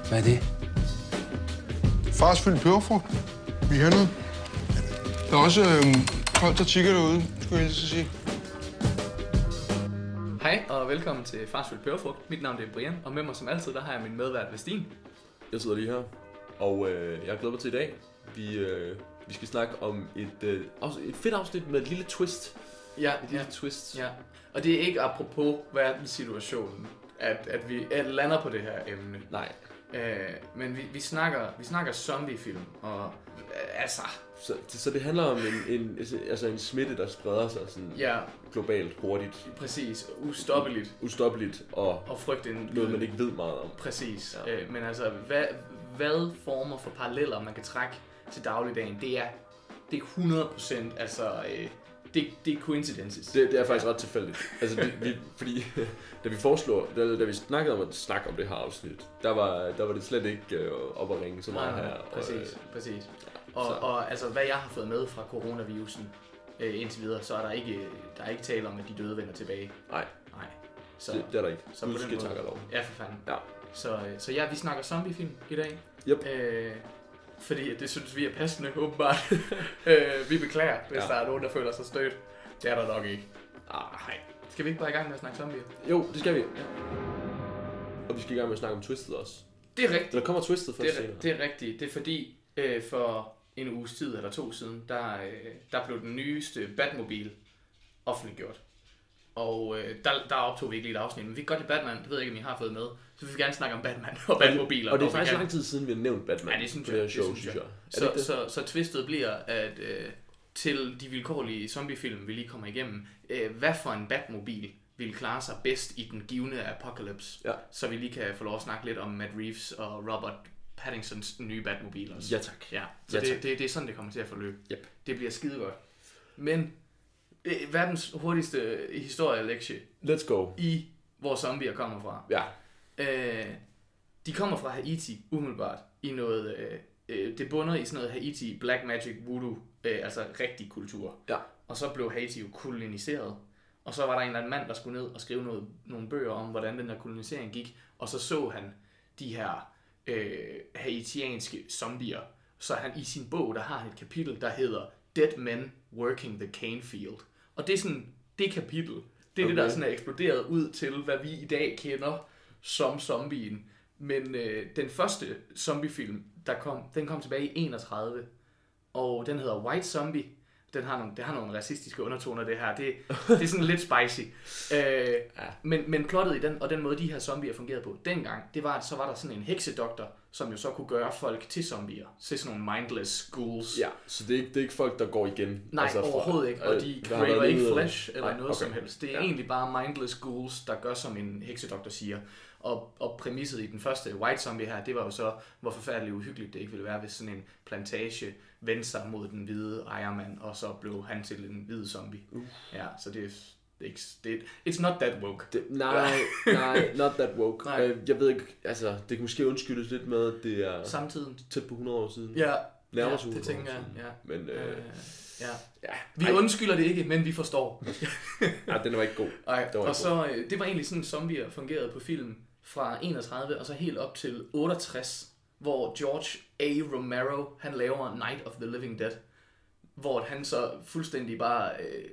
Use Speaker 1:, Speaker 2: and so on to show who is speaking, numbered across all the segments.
Speaker 1: Hvad er det?
Speaker 2: Fars fyldt peberfrugt. Vi har noget. Der er også folk, der tigger derude, skulle jeg lige sige.
Speaker 3: Hej og velkommen til Fars fyldt peberfrugt. Mit navn er Brian, og med mig som altid, der har jeg min medvært Vestin.
Speaker 4: Jeg sidder lige her, og jeg glæder mig til i dag. Vi skal snakke om et fedt afsnit med et lille twist.
Speaker 3: Ja,
Speaker 4: et lille twist.
Speaker 3: Ja. Og det er ikke apropos verdenssituationen, at vi lander på det her emne.
Speaker 4: Nej.
Speaker 3: Men vi snakker zombiefilm, og altså...
Speaker 4: Så det handler om en smitte, der spreder sig sådan globalt hurtigt.
Speaker 3: Præcis, ustoppeligt.
Speaker 4: Og noget, man ikke ved meget om.
Speaker 3: Præcis. Ja. Men altså, hvad former for paralleller man kan trække til dagligdagen, det er 100%, altså... Det er coincidences.
Speaker 4: Det er faktisk ret tilfældigt. Altså, fordi da vi snakkede om at snakke om det her afsnit, der var det slet ikke op at ringe så meget her.
Speaker 3: Præcis. Og altså, hvad jeg har fået med fra coronavirusen indtil videre, så er der ikke tale om, at de døde vender tilbage.
Speaker 4: Nej.
Speaker 3: Så,
Speaker 4: det er der ikke.
Speaker 3: Så på den måde. Ja, for fanden.
Speaker 4: Ja.
Speaker 3: Så ja, vi snakker zombiefilm i dag.
Speaker 4: Yep.
Speaker 3: Fordi det synes vi er passende, åbenbart. Vi beklager, hvis der er nogen, der føler sig stødt. Det er der nok ikke. Nej. Skal vi ikke bare i gang med at snakke zombier?
Speaker 4: Jo, det skal vi. Ja. Og vi skal i gang med at snakke om twistet også.
Speaker 3: Det er rigtigt.
Speaker 4: Der kommer twistet først senere.
Speaker 3: Det er rigtigt. Det er fordi, for en uges tid eller 2 siden, der blev den nyeste Batmobil offentliggjort. Og der optog vi ikke lige et afsnit, men vi kan godt lide Batman, det ved jeg ikke, om I har fået med. Så vi vil gerne snakke om Batman og Batmobiler.
Speaker 4: Og det er faktisk lang tid siden, vi har nævnt Batman.
Speaker 3: Ja, det synes jeg. Så twistet bliver, at til de vilkårlige zombiefilm, vi lige kommer igennem, hvad for en Batmobil vil klare sig bedst i den givne apocalypse. Ja. Så vi lige kan få lov at snakke lidt om Matt Reeves og Robert Pattinsons nye Batmobil også.
Speaker 4: Ja tak.
Speaker 3: Ja, så det er sådan, det kommer til at forløbe.
Speaker 4: Yep.
Speaker 3: Det bliver skide godt. Men verdens hurtigste historielektie.
Speaker 4: Let's go.
Speaker 3: I hvor zombier kommer fra.
Speaker 4: Ja.
Speaker 3: De kommer fra Haiti umiddelbart i noget. Det bunder i sådan noget Haiti Black Magic Voodoo, altså rigtig kultur.
Speaker 4: Ja.
Speaker 3: Og så blev Haiti jo koloniseret. Og så var der en eller anden mand, der skulle ned og skrive nogle bøger om, hvordan den her kolonisering gik. Og så han de her haitianske zombier. Så han i sin bog, der har han et kapitel, der hedder Dead Men Working the Cane Field. Og det er sådan, det kapitel, det er det, der sådan er eksploderet ud til, hvad vi i dag kender som zombien. Men den første zombiefilm, den kom tilbage i 31, og den hedder White Zombie. Det har nogle racistiske undertoner, det her. Det er sådan lidt spicy. Men plottet i den, og den måde, de her zombier fungerede på dengang, det var, at så var der sådan en heksedoktor, som jo så kunne gøre folk til zombier. Så sådan nogle mindless ghouls.
Speaker 4: Ja, så det er ikke folk, der går igen.
Speaker 3: Nej, altså overhovedet ikke. Og de craver ikke flesh eller noget som helst. Det er egentlig bare mindless ghouls, der gør, som en heksedoktor siger. Og præmisset i den første White Zombie her, det var jo så, hvor forfærdeligt uhyggeligt det ikke ville være, hvis sådan en plantage vendte sig mod den hvide ejermand, og så blev han til en hvid zombie. Ja, så det er it's not that woke.
Speaker 4: Nej, not that woke. Jeg ved ikke, altså, det kan måske undskyldes lidt med, at det er
Speaker 3: samtiden
Speaker 4: tæt på 100 år siden.
Speaker 3: Ja,
Speaker 4: nærmere
Speaker 3: det tænker jeg. Ja.
Speaker 4: Men
Speaker 3: vi undskylder det ikke, men vi forstår.
Speaker 4: Ja, den var ikke god.
Speaker 3: Det var egentlig sådan, zombier fungerede på film fra 31 og så helt op til 68, hvor George A. Romero, han laver Night of the Living Dead, hvor han så fuldstændig bare,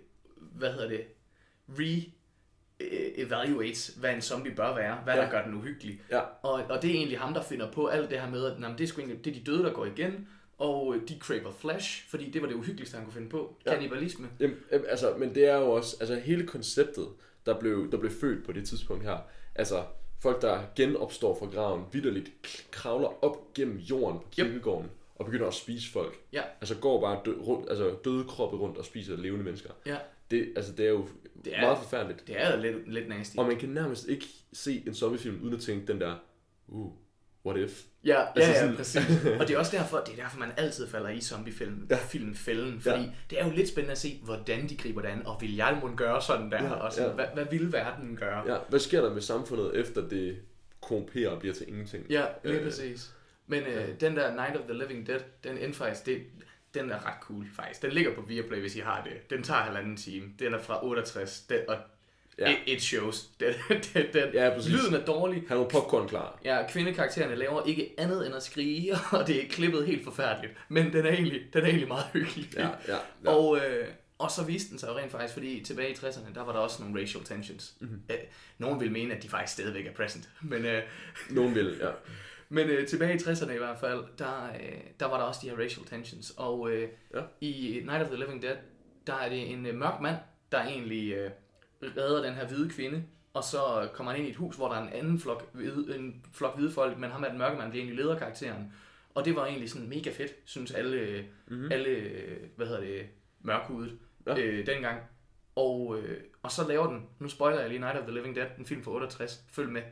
Speaker 3: re-evaluates, hvad en zombie bør være, hvad der gør den uhyggelig. Ja. Og det er egentlig ham, der finder på alt det her med, at det er sgu egentlig, det er de døde, der går igen, og de craver flesh, fordi det var det uhyggeligste, han kunne finde på. Kannibalisme.
Speaker 4: Jamen, altså, men det er jo også, altså hele konceptet, der blev født på det tidspunkt her, altså folk, der genopstår fra graven, vitterligt kravler op gennem jorden på kirkegården og begynder at spise folk. Ja. Altså går bare døde kroppe rundt og spiser levende mennesker. Ja. Det er jo meget forfærdeligt.
Speaker 3: Det er jo lidt nasty.
Speaker 4: Og man kan nærmest ikke se en zombiefilm uden at tænke den der, what if?
Speaker 3: Ja, præcis. Og det er også derfor, man altid falder i zombiefilmfælden, fordi det er jo lidt spændende at se, hvordan de griber det an, og vil jeg måske gøre sådan der, og sådan, hvad vil verden gøre? Ja,
Speaker 4: hvad sker der med samfundet, efter det korrumperer og bliver til ingenting?
Speaker 3: Ja, lige præcis. Men den der Night of the Living Dead, den indfejs, den er ret cool faktisk. Den ligger på Viaplay, hvis I har det. Den tager 1,5 time. Den er fra 68, og It shows.
Speaker 4: Ja,
Speaker 3: lyden er dårlig.
Speaker 4: Han var popcorn klar.
Speaker 3: Ja, kvindekaraktererne laver ikke andet end at skrige, og det er klippet helt forfærdeligt. Men den er egentlig meget hyggelig.
Speaker 4: Ja.
Speaker 3: Og så viste den sig jo rent faktisk, fordi tilbage i 60'erne, der var der også nogle racial tensions. Nogen vil mene, at de faktisk stadigvæk er present. Men,
Speaker 4: nogen vil, ja.
Speaker 3: Men tilbage i 60'erne i hvert fald, der var der også de her racial tensions. Og i Night of the Living Dead, der er det en mørk mand, der egentlig redder den her hvide kvinde. Og så kommer han ind i et hus, hvor der er en anden flok hvide folk, men ham er den mørke mand, bliver egentlig lederkarakteren. Og det var egentlig sådan mega fedt, synes alle mørkhudet dengang. Og så laver den, nu spoiler jeg lige Night of the Living Dead, en film fra 68, følg med.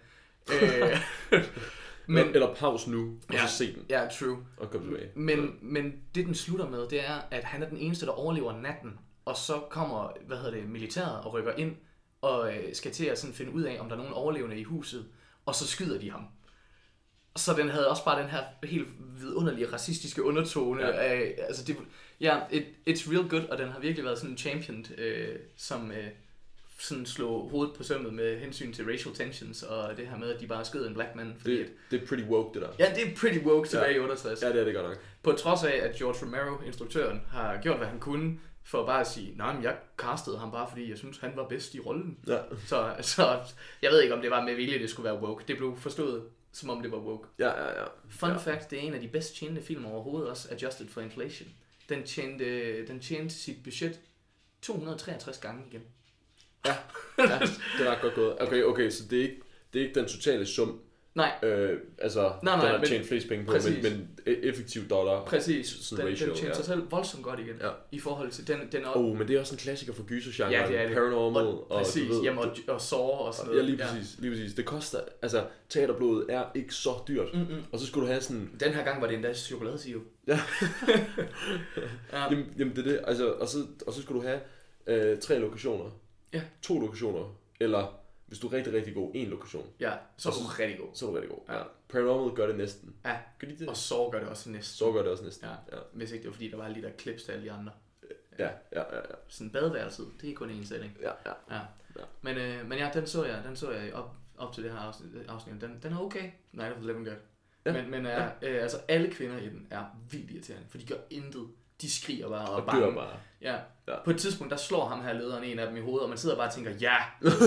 Speaker 4: Eller pause nu, og så se den.
Speaker 3: Ja, true.
Speaker 4: Og kom tilbage.
Speaker 3: Men det den slutter med, det er, at han er den eneste, der overlever natten. Og så kommer, militæret og rykker ind, og skal til at sådan finde ud af, om der er nogen overlevende i huset. Og så skyder de ham. Så den havde også bare den her helt vidunderlige racistiske undertone af, altså it's real good, og den har virkelig været sådan championed, som sådan slå hovedet på sømmet med hensyn til racial tensions, og det her med, at de bare skød en black man.
Speaker 4: Det er pretty woke, det der.
Speaker 3: Ja, det er pretty woke tilbage i 68.
Speaker 4: Ja, det er det godt nok.
Speaker 3: På trods af, at George Romero, instruktøren, har gjort, hvad han kunne, for bare at sige, nej, men jeg castede ham bare, fordi jeg synes, han var bedst i rollen. Ja. Så jeg ved ikke, om det var med vilje, det skulle være woke. Det blev forstået, som om det var woke.
Speaker 4: Ja.
Speaker 3: Fun fact, det er en af de bedst tjente film overhovedet, også adjusted for inflation. Den tjente sit budget 263 gange igen.
Speaker 4: Ja, det er ret godt gået. Okay, så det er ikke den totale sum.
Speaker 3: Nej.
Speaker 4: Den har tjent flest penge på, men effektiv dollar.
Speaker 3: Præcis. Den tjente sig selv voldsomt godt igen. Ja. I forhold til den
Speaker 4: men det er også en klassiker for gysergenren.
Speaker 3: Ja, det er det.
Speaker 4: Paranormal
Speaker 3: præcis. Og Saw og sådan
Speaker 4: noget. Ja, lige præcis. Det koster, altså teaterblodet er ikke så dyrt. Og så skulle du have sådan...
Speaker 3: Den her gang var det endda chokoladesirup.
Speaker 4: Ja. Jamen det er det. Altså, og så skulle du have 3 lokationer. Ja. 2 lokationer. Eller... Hvis du er rigtig, rigtig god, 1 lokation.
Speaker 3: Ja, så er du rigtig god.
Speaker 4: Ja. Paranormal gør det næsten.
Speaker 3: Ja, gør de det? Og Saw gør det også næsten.
Speaker 4: Ja.
Speaker 3: Hvis ikke det var fordi, der var alle de der clips til alle de andre.
Speaker 4: Ja.
Speaker 3: Sådan badeværelset, det er kun en sætning. Ja. Men ja, den så jeg op til det her afsnit. Den er okay, Night of the Living Dead. Ja. Men altså alle kvinder i den er vildt irriterende, for de gør intet. De skriger bare
Speaker 4: og dør bare.
Speaker 3: Ja. På et tidspunkt, der slår ham her lederen en af dem i hovedet, og man sidder bare og tænker, ja.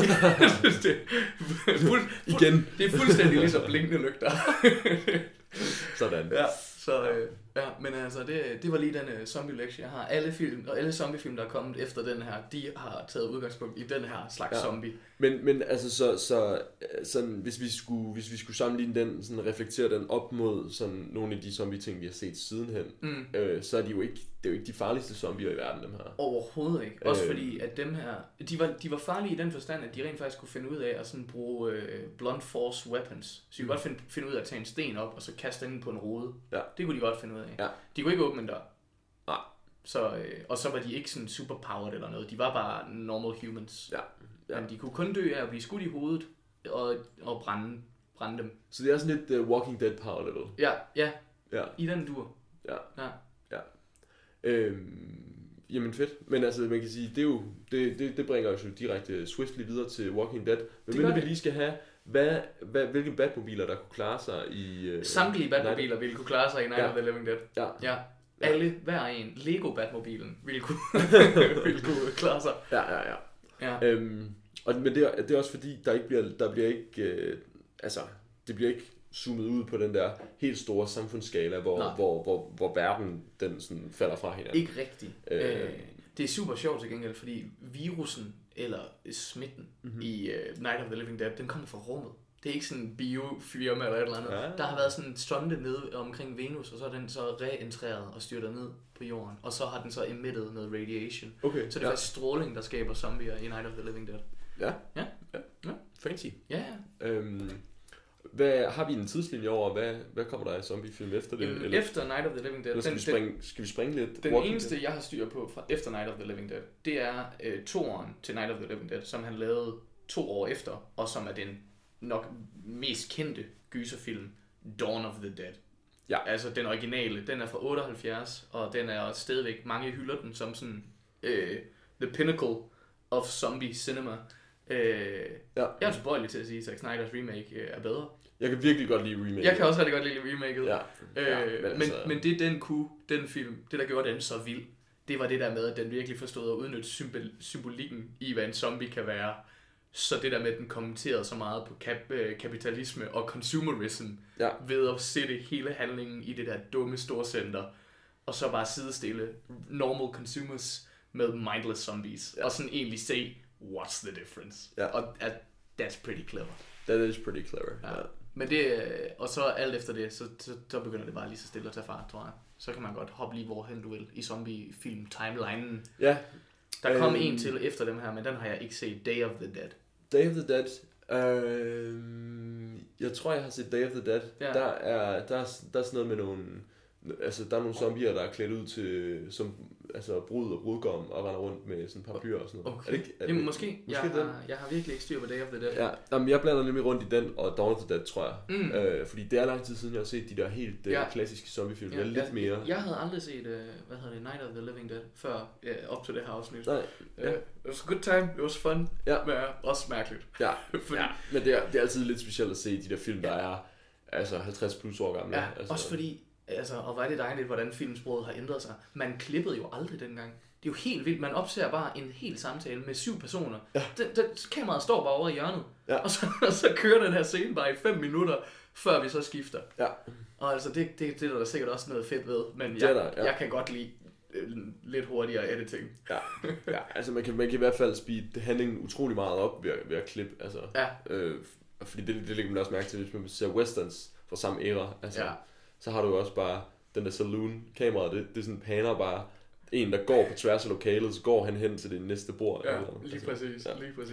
Speaker 3: Igen. Det er fuldstændig ligesom blinkende lygter.
Speaker 4: Sådan.
Speaker 3: Ja, men altså, det var lige den zombie-lektie, jeg har. Alle zombiefilm, der er kommet efter den her, de har taget udgangspunkt i den her slags zombie.
Speaker 4: Men altså, så sådan, hvis vi skulle sammenligne den, sådan reflektere den op mod sådan nogle af de zombie-ting, vi har set sidenhen, så er det er jo ikke de farligste zombier i verden, dem her.
Speaker 3: Overhovedet ikke. Også fordi, at dem her, de var farlige i den forstand, at de rent faktisk kunne finde ud af at sådan bruge blunt force weapons. Så de kunne godt finde ud af at tage en sten op, og så kaste den på en rode. Ja. Det kunne de godt finde ud af. Ja. De kunne ikke åbne en dør.
Speaker 4: Nej.
Speaker 3: Og så var de ikke sådan superpowered eller noget. De var bare normal humans. Ja. Men de kunne kun dø af at blive skudt i hovedet og brænde dem.
Speaker 4: Så det er sådan lidt Walking Dead power level.
Speaker 3: Ja. I den dur.
Speaker 4: Ja. Jamen fedt. Men altså man kan sige, det er jo det bringer os jo direkte swiftly videre til Walking Dead. Men vi lige skal have hvilke Batmobiler der kunne klare sig i
Speaker 3: samtlige Batmobiler ville kunne klare sig i Night of the Living Dead. Ja. Alle, hver en. Lego Batmobilen ville kunne klare sig.
Speaker 4: Ja. Men det er også fordi det bliver ikke zoomet ud på den der helt store samfundsskala, hvor verden den sådan falder fra hinanden.
Speaker 3: Ikke rigtigt. Det er super sjovt til gengæld, fordi virusen eller smitten i Night of the Living Dead, den kommer fra rummet. Det er ikke sådan en biofirma eller et eller andet. Ja. Der har været sådan en sonde nede omkring Venus, og så er den så reintegreret og styrtet ned på jorden. Og så har den så emitted noget radiation. Okay, så det er faktisk stråling, der skaber zombier i Night of the Living Dead.
Speaker 4: Ja. Fancy.
Speaker 3: Ja.
Speaker 4: Hvad har vi en tidslinje over? Hvad kommer der af zombiefilm efter det?
Speaker 3: Eller? Efter Night of the Living Dead.
Speaker 4: Skal vi springe lidt?
Speaker 3: Den eneste, jeg har styr på fra efter Night of the Living Dead, det er toeren til Night of the Living Dead, som han lavede 2 år efter, og som er den nok mest kendte gyserfilm, Dawn of the Dead. Ja. Altså den originale, den er fra 78, og den er stadigvæk, mange hylder den som sådan the pinnacle of zombie cinema. Jeg er tilbøjelig til at sige, at Zack Snyders remake er bedre.
Speaker 4: Jeg kan virkelig godt lide remaket.
Speaker 3: Jeg kan også rigtig godt lide remaket.
Speaker 4: Ja.
Speaker 3: Men det den film, det der gjorde den så vild, det var det der med, at den virkelig forstod at udnytte symbolikken i, hvad en zombie kan være. Så det der med, at den kommenterede så meget på kapitalisme og consumerism, ved at sætte hele handlingen i det der dumme storcenter, og så bare sidestille normal consumers med mindless zombies, og sådan egentlig se, what's the difference? Og that's pretty clever.
Speaker 4: That is pretty clever.
Speaker 3: Ja. Men det, og så alt efter det, så begynder det bare lige så stille at tage fart, tror jeg. Så kan man godt hoppe lige hvorhen du vil i zombie-film-timelinen.
Speaker 4: Ja.
Speaker 3: Der kom en til efter dem her, men den har jeg ikke set. Day of the Dead.
Speaker 4: Day of the Dead. Jeg tror, jeg har set Day of the Dead. Ja. Der er sådan noget med nogle... Altså, der er nogle zombier, der er klædt ud til som brud og brudgom og render rundt med sådan paraplyer og sådan noget.
Speaker 3: Okay. Jamen, måske jeg har virkelig ikke styr på Day of the Dead.
Speaker 4: Ja, jamen, jeg blander nemlig rundt i den og Dawn of the Dead, tror jeg. Fordi det er lang tid siden, jeg har set de der helt klassiske zombiefilm. Jeg er lidt mere...
Speaker 3: Jeg havde aldrig set, Night of the Living Dead, før op til det her afsnit.
Speaker 4: Nej.
Speaker 3: It was a good time, it was fun, men også mærkeligt.
Speaker 4: Ja, men det er altid lidt specielt at se de der film, der er 50 plus år gamle.
Speaker 3: Ja, også fordi... og hvor er det dejligt, hvordan filmsproget har ændret sig. Man klippede jo aldrig dengang. Det er jo helt vildt. Man opser bare en hel samtale med 7 personer. Ja. Kameraet står bare over i hjørnet. Ja. Og så kører den her scene bare i 5 minutter, før vi så skifter. Ja. Og altså, det er der sikkert også noget fedt ved. Men jeg kan godt lide lidt hurtigere editing.
Speaker 4: Ja, altså man kan i hvert fald speede handlingen utrolig meget op ved at klippe. Altså, fordi det lægger man også mærke til, hvis man ser westerns fra samme æra. Altså, så har du jo også bare den der saloon-kamera, det er sådan paner bare en, der går på tværs af lokalet, så går han hen til det næste bord.
Speaker 3: Ja, lige præcis.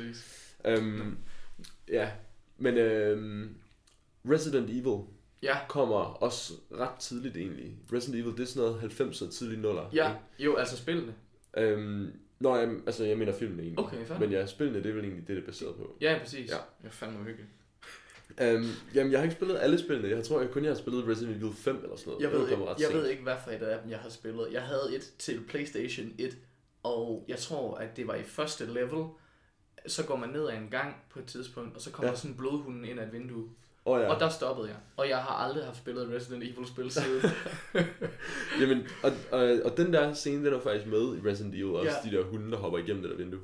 Speaker 4: Men Resident Evil kommer også ret tidligt egentlig. Resident Evil, det er sådan noget 90'er, tidlig nuller.
Speaker 3: Ja, jo, altså spillene.
Speaker 4: Jeg mener filmene egentlig.
Speaker 3: Okay, fair.
Speaker 4: Men spillene, det er vel egentlig det er baseret på.
Speaker 3: Ja, præcis. Ja. Jeg fandt mig hyggeligt.
Speaker 4: Jamen, jeg har ikke spillet alle spillene. Jeg tror, jeg kun har spillet Resident Evil 5 eller sådan noget.
Speaker 3: Jeg ved ikke, hvad for et af dem, jeg har spillet. Jeg havde et til PlayStation 1, og jeg tror, at det var i første level. Så går man ned ad en gang på et tidspunkt, og så kommer der sådan en blodhunden ind ad et vindue. Og der stoppede jeg. Og jeg har aldrig haft spillet Resident Evil-spil siden.
Speaker 4: Jamen, og den der scene, den er faktisk med i Resident Evil. Også de der hunde, der hopper igennem det der vindue.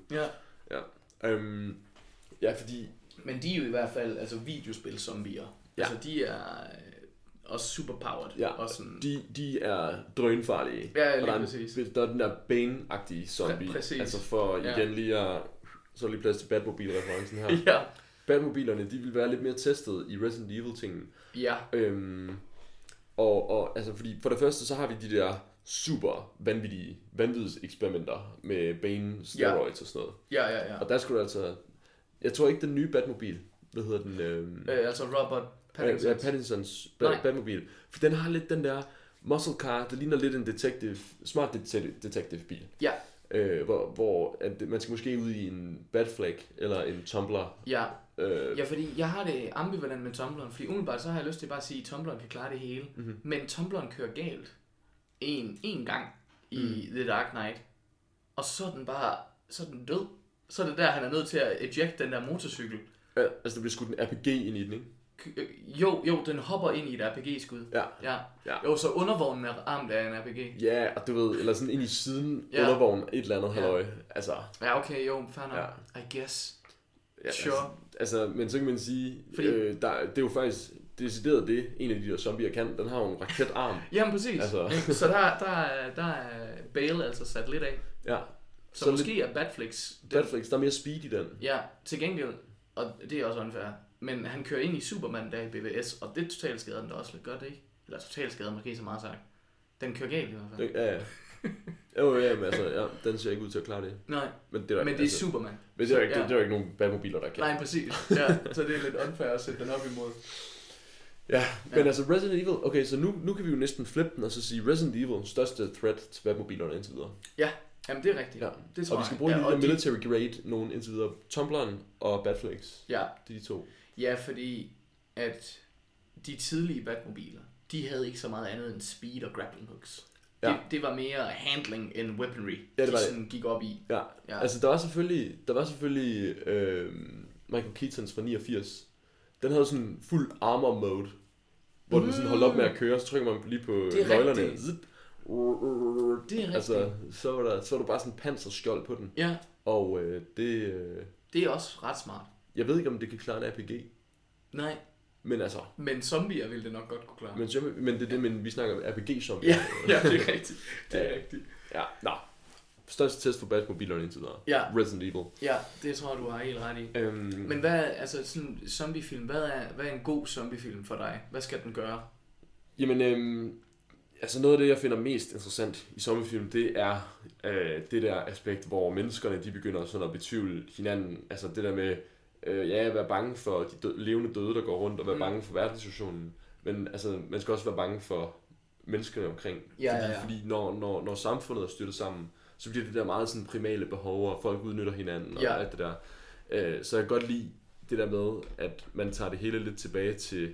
Speaker 4: Ja, fordi...
Speaker 3: Men de er jo i hvert fald videospil-zombier. Ja. Altså, de er også superpowered.
Speaker 4: Ja,
Speaker 3: og sådan...
Speaker 4: de er drønfarlige.
Speaker 3: Ja, lige præcis.
Speaker 4: Der er den der Bane-agtige zombie.
Speaker 3: Præcis.
Speaker 4: Altså for igen lige at... Så lige plads til Batmobil-referencen her. Ja. Batmobilerne, de vil være lidt mere testet i Resident Evil-tingen. Ja. Og altså, fordi for det første, så har vi de der super vanvittige vanvidseksperimenter med Bane steroids og sådan noget. Ja. Og der skulle altså... Jeg tror ikke den nye Batmobil, hvad hedder den?
Speaker 3: Altså Robert Pattinson.
Speaker 4: Pattinsons Batmobil. For den har lidt den der muscle car, der ligner lidt en smart detective bil. Ja. Hvor at man skal måske ud i en Batfleck eller en Tumbler.
Speaker 3: Ja. Fordi jeg har det ambivalent med Tumbleren, fordi umiddelbart så har jeg lyst til bare at sige, at Tumbleren kan klare det hele. Mm-hmm. Men Tumbleren kører galt en gang i The Dark Knight, og så er den død. Så er det der, han er nødt til at eject den der motorcykel.
Speaker 4: Ja, altså der bliver skudt en RPG ind i den, ikke?
Speaker 3: Jo, den hopper ind i et RPG-skud. Ja. Jo, så undervognen er armt af en RPG.
Speaker 4: Ja, og du ved, eller sådan ind i siden undervognen, et eller andet halløj. Altså.
Speaker 3: Ja, okay, jo, fair nok. I guess.
Speaker 4: Ja, sure. Altså, men så kan man sige, det er jo faktisk decideret det, en af de der zombier kan. Den har jo en raketarm.
Speaker 3: Jamen præcis. Altså. Så der er Bale altså sat lidt af. Ja. Så måske er Batflex,
Speaker 4: der er mere speed i den.
Speaker 3: Ja, til gengæld, og det er også unfair, men han kører ind i Superman der i BVS, og det totalt skader den da også lidt godt, ikke? Eller totalt skader måske så meget sagt. Den kører galt i hvert fald.
Speaker 4: Ja, men altså, den ser ikke ud til at klare det.
Speaker 3: Nej, men det er Superman.
Speaker 4: Men det er jo ikke nogen Batmobiler, der kan.
Speaker 3: Nej, præcis. Ja, så det er lidt unfair at sætte den op imod.
Speaker 4: Ja, men altså Resident Evil, okay, så nu kan vi jo næsten flippe den og så sige Resident Evil, største threat til Batmobilerne indtil videre.
Speaker 3: Ja. Jamen det er rigtigt. Ja. Det tror
Speaker 4: og vi skal bruge en military grade nogen indtil videre. Tumbleren og Batflex. Ja. Det er de to.
Speaker 3: Ja, fordi at de tidlige Batmobiler, de havde ikke så meget andet end speed og grappling hooks.
Speaker 4: Ja.
Speaker 3: Det var mere handling end weaponry,
Speaker 4: Ja, det var
Speaker 3: de
Speaker 4: det.
Speaker 3: sådan gik op i.
Speaker 4: Ja. Altså der var selvfølgelig Michael Keatons fra 89. Den havde sådan fuld armor mode, hvor den sådan holdt op med at køre, så trykker man lige på nøglerne.
Speaker 3: Det er rigtigt.
Speaker 4: Altså, så var der bare sådan en panserskjold på den.
Speaker 3: Ja.
Speaker 4: Og det
Speaker 3: er også ret smart.
Speaker 4: Jeg ved ikke, om det kan klare en RPG.
Speaker 3: Nej.
Speaker 4: Men altså...
Speaker 3: Men zombier ville det nok godt kunne klare.
Speaker 4: Men det er det, men vi snakker om RPG-zombier.
Speaker 3: Ja, det er rigtigt. Det er rigtigt.
Speaker 4: Ja, nå. Største test for Batmobile indtil videre.
Speaker 3: Ja.
Speaker 4: Resident Evil.
Speaker 3: Ja, det tror jeg, du har helt ret i. Men hvad er, altså sådan zombiefilm, hvad er en god zombiefilm for dig? Hvad skal den gøre?
Speaker 4: Jamen, altså noget af det, jeg finder mest interessant i zombiefilm, det er det der aspekt, hvor menneskerne, de begynder sådan at betvivle hinanden. Altså det der med, at være bange for de levende døde, der går rundt, og være bange for verdenssituationen. Men altså, man skal også være bange for menneskerne omkring. Fordi når samfundet er styrtet sammen, så bliver det der meget sådan primale behov, og folk udnytter hinanden og alt det der. Så jeg kan godt lide det der med, at man tager det hele lidt tilbage til,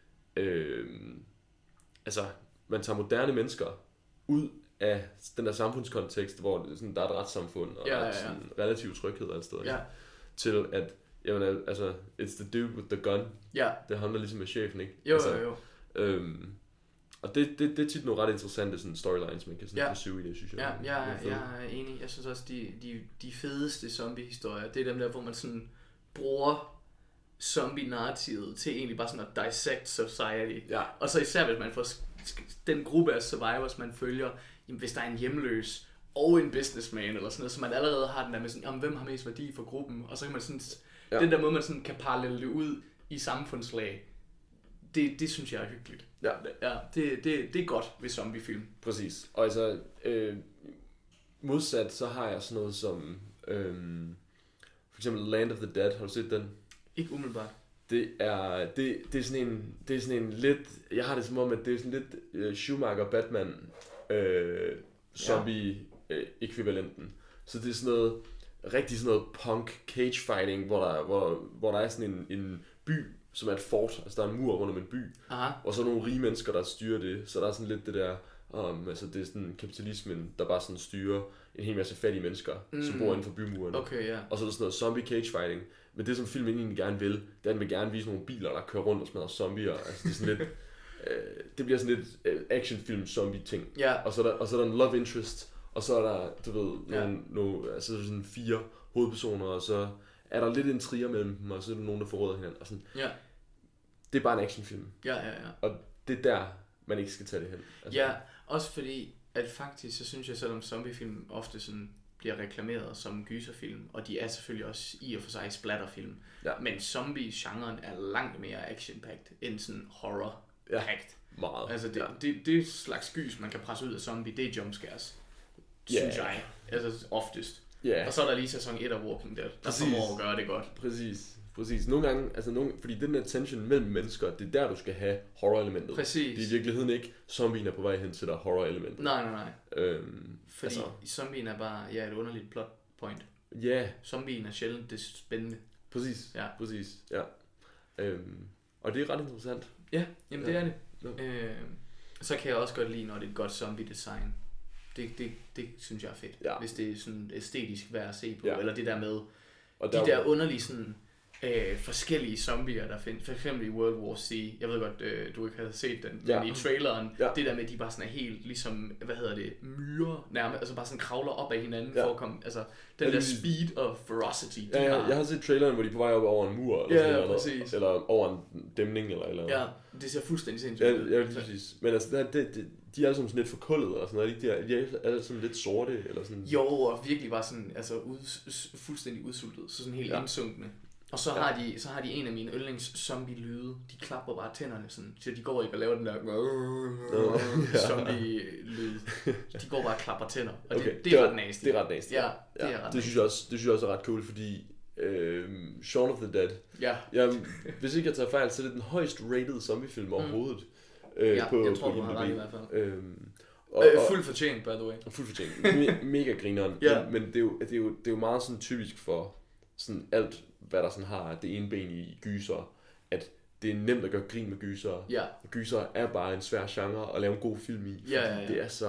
Speaker 4: altså man tager moderne mennesker ud af den der samfundskontekst, hvor det sådan, der er et retssamfund, og der er sådan relativ tryghed alle steder. Til at, jamen altså, it's the dude with the gun. Det handler ligesom med chefen, ikke?
Speaker 3: Jo.
Speaker 4: Og det er tit nogle ret interessante sådan storylines, man kan sådan pursue i det, synes jeg.
Speaker 3: Jeg er enig. Jeg synes også, de fedeste zombie-historier, det er dem der, hvor man sådan bruger zombie-narrativet til egentlig bare sådan at dissect society. Og så især, hvis man får den gruppe af survivors, man følger, jamen, hvis der er en hjemløs og en businessman eller sådan noget, så man allerede har den der med sådan, jamen, hvem har mest værdi for gruppen? Og så kan man sådan, den der måde, man sådan kan parallelle det ud i samfundslag, det synes jeg er hyggeligt. Det er godt ved zombiefilm.
Speaker 4: Præcis. Og altså, modsat, så har jeg sådan noget som, for eksempel Land of the Dead. Har du set den?
Speaker 3: Ikke umiddelbart.
Speaker 4: Det er sådan en lidt, jeg har det som om, at det er sådan lidt Schumacher Batman zombie ekvivalenten. Så det er sådan noget, rigtig sådan noget punk cage fighting, hvor der er sådan en by, som er et fort, altså der er en mur rundt om en by, og så er nogle rige mennesker, der styrer det, så der er sådan lidt det der, altså det er sådan kapitalismen, der bare sådan styrer en hel masse fattige mennesker, som bor inden for bymurene, og så er der sådan noget zombie cage fighting, men det som filmen egentlig gerne vil, det er, at den vil gerne vise nogle biler, der kører rundt og smadrer zombier, altså det er sådan lidt, det bliver sådan lidt actionfilm zombie ting, og så er der en love interest, og så er der, du ved, nogle altså sådan 4 hovedpersoner, og så er der lidt intriger mellem dem, og så er der nogen, der forråder hinanden, og sådan. Det er bare en actionfilm. Og det er der, man ikke skal tage det hen. Altså.
Speaker 3: Også fordi, at faktisk, så synes jeg, selvom zombiefilm ofte sådan bliver reklameret som gyserfilm, og de er selvfølgelig også i og for sig splatterfilm, men zombie-genren er langt mere action-packed end sådan horror-packed.
Speaker 4: Meget.
Speaker 3: Altså det slags gys, man kan presse ud af zombie, det er jumpscares, synes jeg. Altså oftest. Og så er der lige sæson 1 af Walking Dead, der formår at gøre det godt.
Speaker 4: Præcis. Nogle gange, altså fordi den der tension mellem mennesker, det er der, du skal have horror-elementet.
Speaker 3: Præcis.
Speaker 4: Det er i virkeligheden ikke, zombien er på vej hen til der horror-elementet.
Speaker 3: Nej. Fordi zombien er bare et underligt plot point. Zombien er sjældent det spændende.
Speaker 4: Præcis. Og det er ret interessant.
Speaker 3: Jamen det er det. Så kan jeg også godt lide, når det er et godt zombie-design. Det synes jeg er fedt, hvis det er sådan æstetisk værd at se på, eller det der med og de der underlige sådan forskellige zombier, der findes, for eksempel i World War C. Jeg ved godt, du ikke har set den, men i traileren, det der med, at de bare sådan er helt ligesom, myrer nærmest, altså bare sådan kravler op af hinanden for at komme, altså den der speed og ferocity, de har. Jeg
Speaker 4: har set traileren, hvor de er på vej op over en mur, eller over en dæmning, eller
Speaker 3: det ser fuldstændig sindssygt ud.
Speaker 4: Præcis. Men altså, de er alle sådan lidt forkullet og sådan noget, de er alle sådan lidt sorte, eller sådan.
Speaker 3: Jo, og virkelig bare sådan, altså fuldstændig udsultet, så sådan helt indsunkende. Og så har de en af mine yndlings zombie-lyde. De klapper bare tænderne sådan, så de går ikke og laver den der zombie-lyd. De går bare og klapper tænder, og det er ret nasty.
Speaker 4: Det er ret nasty. Det synes jeg også er ret cool, fordi Shaun of the Dead. Hvis ikke jeg tager fejl, så er det den højst rated zombiefilm overhovedet.
Speaker 3: Jeg tror, du har ret i hvert fald. Fuldt fortjent, by the way.
Speaker 4: Fuldt fortjent. Mega grineren. Men det er jo meget sådan typisk for sådan alt, hvad der sådan har det ene ben i gyser, at det er nemt at gøre grin med gyser. Gyser er bare en svær genre at lave en god film i. Det er så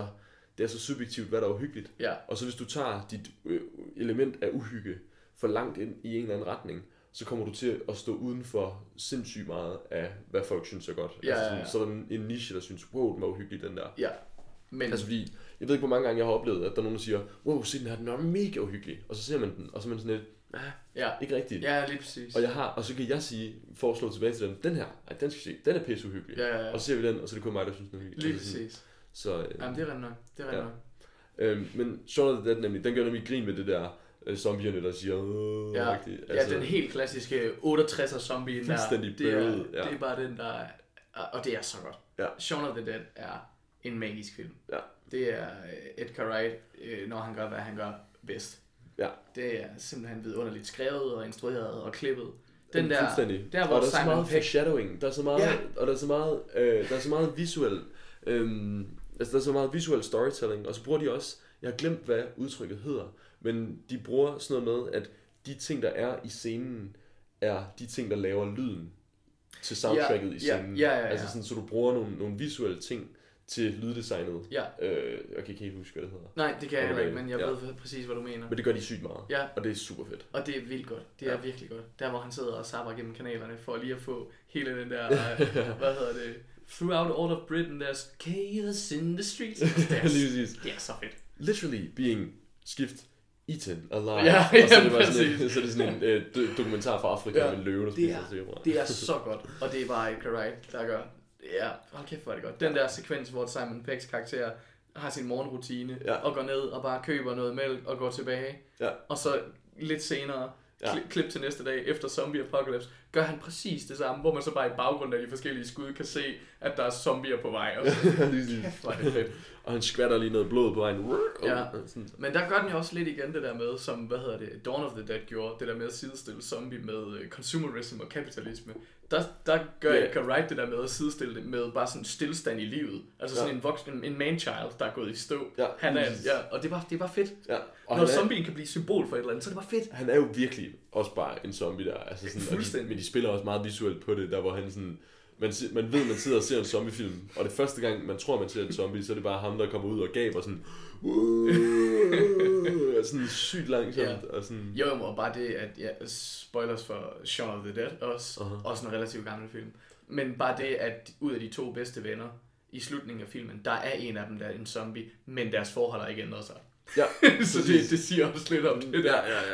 Speaker 4: det er så subjektivt, hvad der er uhyggeligt.
Speaker 3: Ja.
Speaker 4: Og så hvis du tager dit element af uhygge for langt ind i en eller anden retning, så kommer du til at stå uden for sindssygt meget af, hvad folk synes er godt.
Speaker 3: Ja,
Speaker 4: altså,
Speaker 3: ja.
Speaker 4: Så er der en niche, der synes, wow, den var uhyggelig, den der.
Speaker 3: Ja. Men...
Speaker 4: Altså fordi, jeg ved ikke, hvor mange gange jeg har oplevet, at der er nogen, der siger, wow, se den her, den er mega uhyggelig. Og så ser man den, og så er man sådan lidt, ikke rigtigt.
Speaker 3: Ja, lige præcis.
Speaker 4: Og så kan jeg foreslå tilbage til den her, den skal se, den er pisse uhyggelig.
Speaker 3: Ja.
Speaker 4: Og så ser vi den, og så er det kun mig, der synes, den er uhyggelig.
Speaker 3: Lige præcis.
Speaker 4: Så,
Speaker 3: jamen, det er rent nok.
Speaker 4: Men Shaun of the Dead nemlig, den gør nemlig grin med det der zombierne, der siger, rigtigt.
Speaker 3: Altså, den helt klassiske 68'er zombie der.
Speaker 4: Fuldstændig
Speaker 3: Det
Speaker 4: bøvet.
Speaker 3: er bare den, der og det er så godt.
Speaker 4: Ja.
Speaker 3: Shaun of the Dead er en magisk film.
Speaker 4: Ja.
Speaker 3: Det er Edgar Wright, når han gør, hvad han gør bedst.
Speaker 4: Ja.
Speaker 3: Det er simpelthen vidunderligt skrevet og instrueret og klippet.
Speaker 4: Den der, der hvor
Speaker 3: og
Speaker 4: der er så meget
Speaker 3: Peck...
Speaker 4: foreshadowing, der er så meget, og der er så meget visuel, altså der er så meget visuel storytelling, og så bruger de også, jeg har glemt hvad udtrykket hedder, men de bruger sådan noget med, at de ting der er i scenen, er de ting der laver lyden til soundtracket i scenen. Altså sådan, så du bruger nogle visuelle ting til lyddesignet. Ja. Jeg kan ikke helt huske, hvad det hedder.
Speaker 3: Nej, det kan jeg heller ikke, men jeg ved præcis, hvad du mener.
Speaker 4: Men det gør de sygt meget,
Speaker 3: ja.
Speaker 4: Og det er super fedt.
Speaker 3: Og det er vildt godt. Det er virkelig godt. Der, hvor han sidder og zapper gennem kanalerne, for lige at få hele den der, hvad hedder det, throughout all of Britain, there's chaos in the streets. Det er så fedt.
Speaker 4: Literally being skift eaten alive.
Speaker 3: Ja,
Speaker 4: og så er det sådan en dokumentar fra Afrika med en løve, der spiser zebra.
Speaker 3: Det er så godt, og det er bare Edgar Wright, der gør. Ja, hold kæft, hvor er det godt. Den der sekvens, hvor Simon Peggs karakter har sin morgenrutine, og går ned og bare køber noget mælk og går tilbage. Ja. Og så lidt senere, klip til næste dag, efter Zombie Apocalypse, gør han præcis det samme, hvor man så bare i baggrunden af de forskellige skud kan se, at der er zombier på vej. Og så, kæft, hvor er det fedt.
Speaker 4: Og han skvatter lige noget blod på vejen.
Speaker 3: Ja, men der gør den jo også lidt igen det der med, som, Dawn of the Dead gjorde, det der med at sidestille zombie med consumerism og kapitalisme. Der gør Edgar Wright det der med at sidestille det med bare sådan stillstand i livet. Altså sådan en voksen, en man-child, der er gået i stå. Ja, han er, og det er bare fedt. Ja, og når zombien kan blive symbol for et eller andet, så er det bare fedt.
Speaker 4: Han er jo virkelig også bare en zombie der. Altså sådan,
Speaker 3: fuldstændig.
Speaker 4: Men de spiller også meget visuelt på det, der hvor han sådan... Man ved, man sidder og ser en zombiefilm, og det første gang, man tror, man ser en zombie, så er det bare ham, der kommer ud og gaber sådan... sådan sygt langsomt. Og sådan...
Speaker 3: Jo, og bare det, at spoilers for Shaun of the Dead, også en relativt gammel film. Men bare det, at ud af de to bedste venner i slutningen af filmen, der er en af dem, der er en zombie, men deres forhold har ikke ændret sig. Ja, så det siger også lidt om det der.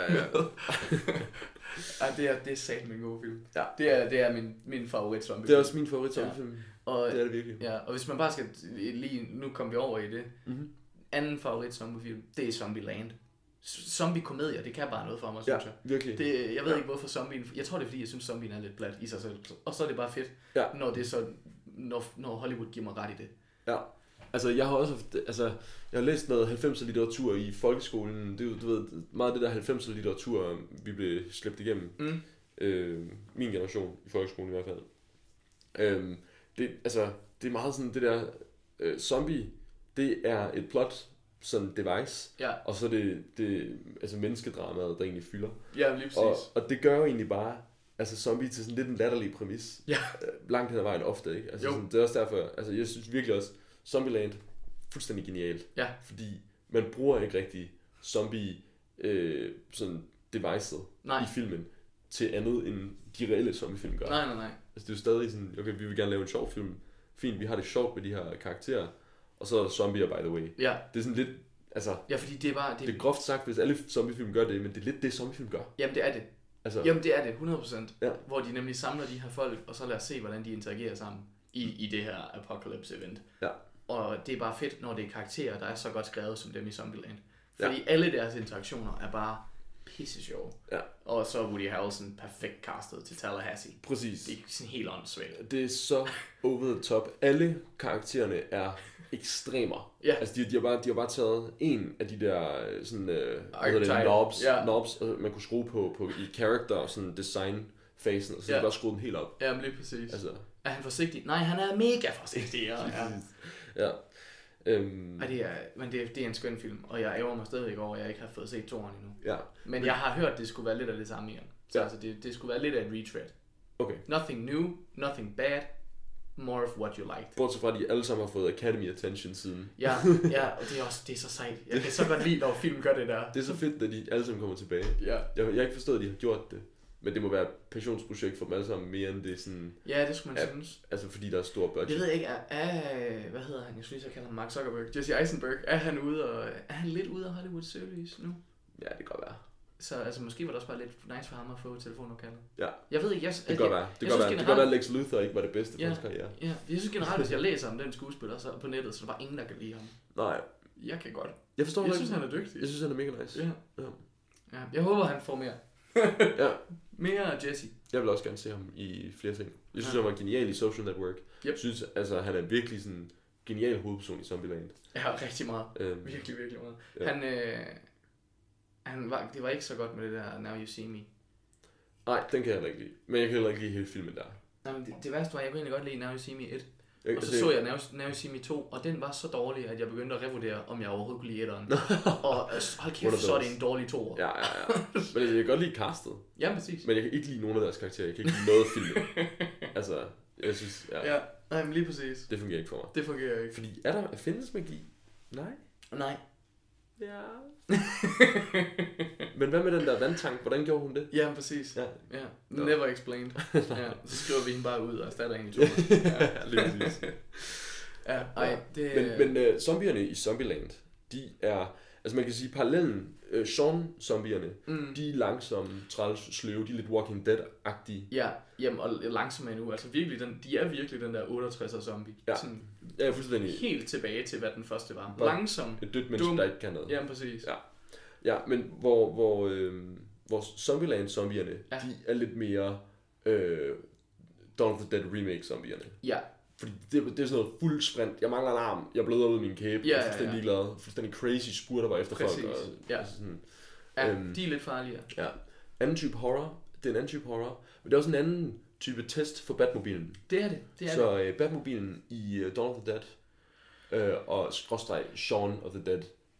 Speaker 3: Ja, det er satme en god film. Ja. Det er min favorit zombiefilm.
Speaker 4: Det er også min favorit zombiefilm. Ja. Det er det virkelig.
Speaker 3: Ja, og hvis man bare skal lige, nu kommer vi over i det. Anden favorit zombiefilm, det er Zombieland. Zombie-komedier, det kan bare noget for mig, synes jeg.
Speaker 4: Virkelig.
Speaker 3: Jeg ved ikke hvorfor zombien, jeg tror det er fordi jeg synes zombien er lidt blat i sig selv. Og så er det bare fedt, når det er så, når Hollywood giver mig ret i det. Ja.
Speaker 4: Altså jeg har også jeg har læst noget 90'er litteratur i folkeskolen. Det er du ved meget af det der 90'er litteratur vi blev slæbt igennem. Min generation i folkeskolen i hvert fald. Det er meget sådan det der zombie. Det er et plot sådan device. Ja. Og så er det altså menneskedramaet der egentlig fylder.
Speaker 3: Ja, lige præcis.
Speaker 4: Og det gør jo egentlig bare altså zombie til sådan lidt en latterlig præmis. Ja. Langt hen ad vejen ofte, ikke? Altså sådan, det er også derfor altså jeg synes virkelig også Zombieland fuldstændig genialt. Ja. Fordi man bruger ikke rigtig zombie sådan devicet i filmen til andet end de reelle zombiefilm gør.
Speaker 3: Nej.
Speaker 4: Altså det er jo stadig sådan, okay, vi vil gerne lave en sjov film. Fint, vi har det sjovt med de her karakterer. Og så er der zombier, by the way. Ja. Det er sådan lidt, altså...
Speaker 3: Ja, fordi det er bare...
Speaker 4: Det er groft sagt, hvis alle zombiefilm gør det, men det er lidt det, zombiefilm gør.
Speaker 3: Jamen, det er det. Altså, jamen, det er det, 100%. Ja. Hvor de nemlig samler de her folk, og så lader os se, hvordan de interagerer sammen i det her apocalypse-event. Ja. Og det er bare fedt, når det er karakterer, der er så godt skrevet som dem i Zombieland. Fordi alle deres interaktioner er bare pisse sjove. Ja. Og så er Woody Harrelson perfekt castet til Tallahassee.
Speaker 4: Præcis.
Speaker 3: Det er sådan helt åndssvagt.
Speaker 4: Det er så over the top. Alle karaktererne er ekstremer. Ja. Altså de har bare taget en af de der sådan knobs, man kunne skrue på i character og sådan design fasen, og så bare skrue den helt op.
Speaker 3: Ja, men lige præcis. Altså. Er han forsigtig? Nej, han er mega forsigtig. Ja. Men det er en skøn film, og jeg ærger mig stadigvæk over, at jeg ikke har fået set toeren endnu. Ja. Men jeg har hørt, at det skulle være lidt af det samme igen. Så altså, det skulle være lidt af et retread. Okay. Nothing new, nothing bad, more of what you liked.
Speaker 4: Bortset fra, at de alle sammen har fået Academy Attention siden.
Speaker 3: Ja, og det er så sejt. Jeg kan så godt lide, når film gør det der.
Speaker 4: Det er så fedt, at de alle sammen kommer tilbage.
Speaker 3: Ja.
Speaker 4: Jeg har ikke forstået, at de har gjort det. Men det må være et passionsprojekt for dem alle sammen, mere end det sådan...
Speaker 3: Ja, det skulle man synes.
Speaker 4: Altså fordi der er stor budget.
Speaker 3: Jeg ved ikke, hvad hedder han? Jeg synes, jeg kalder ham Mark Zuckerberg. Jesse Eisenberg. Er han lidt ude af Hollywood søgelys nu?
Speaker 4: Ja, det kan godt være.
Speaker 3: Så altså, måske var det også bare lidt nice for ham at få telefonopkaldet.
Speaker 4: Ja.
Speaker 3: Jeg ved ikke,
Speaker 4: det kan godt være. Det kan godt være, at Lex Luthor ikke var det bedste for hans karriere.
Speaker 3: Ja, jeg synes generelt, hvis jeg læser om den skuespiller så på nettet, så er der bare ingen, der kan lide ham.
Speaker 4: Nej.
Speaker 3: Jeg kan godt.
Speaker 4: Jeg
Speaker 3: synes, han er dygtig.
Speaker 4: Jeg synes, han er mega nice.
Speaker 3: Ja. Jeg håber, han får mere.
Speaker 4: Ja.
Speaker 3: Mere Jesse.
Speaker 4: Jeg vil også gerne se ham i flere ting. Jeg synes, han var genial i Social Network. Jeg synes, altså, han er virkelig sådan en genial hovedperson i Zombieland.
Speaker 3: Ja, rigtig meget. Virkelig meget. Ja. Det var ikke så godt med det der Now You See Me.
Speaker 4: Nej, den kan jeg heller ikke lide. Men jeg kan heller ikke lide hele filmen der.
Speaker 3: Nej, men det værste var, at jeg kunne egentlig godt lide Now You See Me 1. Og så jeg Now You See Me 2, og den var så dårlig, at jeg begyndte at revurdere, om jeg overhovedet kunne lide 1'eren. Og hold kæft, så er det en dårlig 2'er.
Speaker 4: Ja. Men jeg kan godt lide castet.
Speaker 3: Ja, præcis.
Speaker 4: Men jeg kan ikke lide nogen af deres karakterer. Jeg kan ikke lide noget film. Altså, jeg synes...
Speaker 3: Ja, nej, men lige præcis.
Speaker 4: Det fungerer ikke for mig.
Speaker 3: Det fungerer ikke.
Speaker 4: Fordi, findes magi? Nej. Ja. Men hvad med den der vandtank? Hvordan gjorde hun det?
Speaker 3: Ja, præcis. Ja. Never explained. Ja. Så skriver vi hende bare ud og erstatter hende i 2.
Speaker 4: Ja, lige præcis.
Speaker 3: Ja, ej, det...
Speaker 4: Men zombierne i Zombieland, de er... Altså man kan sige, parallellen, Shaun-zombierne, de er langsomme, træls, sløve, de er lidt Walking Dead-agtige.
Speaker 3: Ja, jamen, og langsomme endnu. Altså virkelig, de er virkelig den der 68'er zombie.
Speaker 4: Ja,
Speaker 3: sådan,
Speaker 4: jeg er fuldstændig...
Speaker 3: Helt tilbage til, hvad den første var.
Speaker 4: Bare
Speaker 3: langsom,
Speaker 4: et dødt menneske, der ikke kan noget.
Speaker 3: Ja, præcis.
Speaker 4: Ja, men hvor Zombieland-zombierne, de er lidt mere Dawn of the Dead remake-zombierne.
Speaker 3: Ja.
Speaker 4: Fordi det er sådan noget fuld sprint. Jeg mangler en arm. Jeg bløder ud af min kæbe. Jeg er fuldstændig ligeglad. Fuldstændig crazy spurter bare efter
Speaker 3: præcis.
Speaker 4: folk. Og,
Speaker 3: sådan, de er lidt farligere.
Speaker 4: Ja. Anden type horror. Det er en anden type horror. Men det er også en anden type test for Batmobilen.
Speaker 3: Det er det.
Speaker 4: Så Batmobilen i Dawn of the Dead og / Shaun of the Dead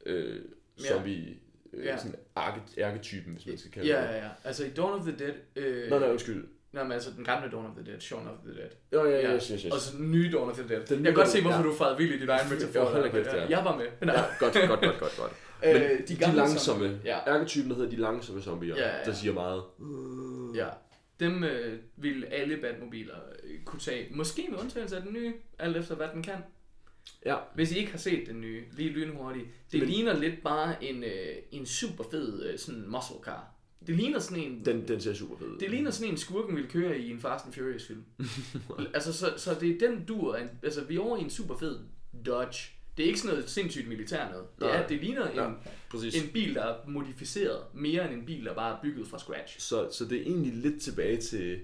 Speaker 4: zombie sådan arketypen, hvis man skal kalde det.
Speaker 3: Ja. Altså i Dawn of the Dead...
Speaker 4: Nej, undskyld.
Speaker 3: Nej, men altså den gamle Dawn of the Dead, Shaun of the Dead.
Speaker 4: Ja. Yes.
Speaker 3: Og så den nye Dawn of the Dead. Jeg kan godt se, hvorfor du fejrede vildt i din egen metafor. Jeg var med.
Speaker 4: Ja, godt. Men de langsomme, arketypen, der hedder de langsomme zombier, der siger meget.
Speaker 3: Ja, dem vil alle Batmobiler kunne tage. Måske med undtagelse af den nye, alt efter hvad den kan.
Speaker 4: Ja.
Speaker 3: Hvis I ikke har set den nye, lige lynhurtigt. Det ligner lidt bare en super fed sådan muscle car. Det ligner sådan en...
Speaker 4: Den ser super fed.
Speaker 3: Det ligner sådan en skurken ville køre i en Fast and Furious film. Altså så det er den dur. Altså vi er over i en super fed Dodge. Det er ikke sådan noget sindssygt militær noget. Det ligner en bil, der er modificeret mere end en bil, der bare er bygget fra scratch.
Speaker 4: Så det er egentlig lidt tilbage til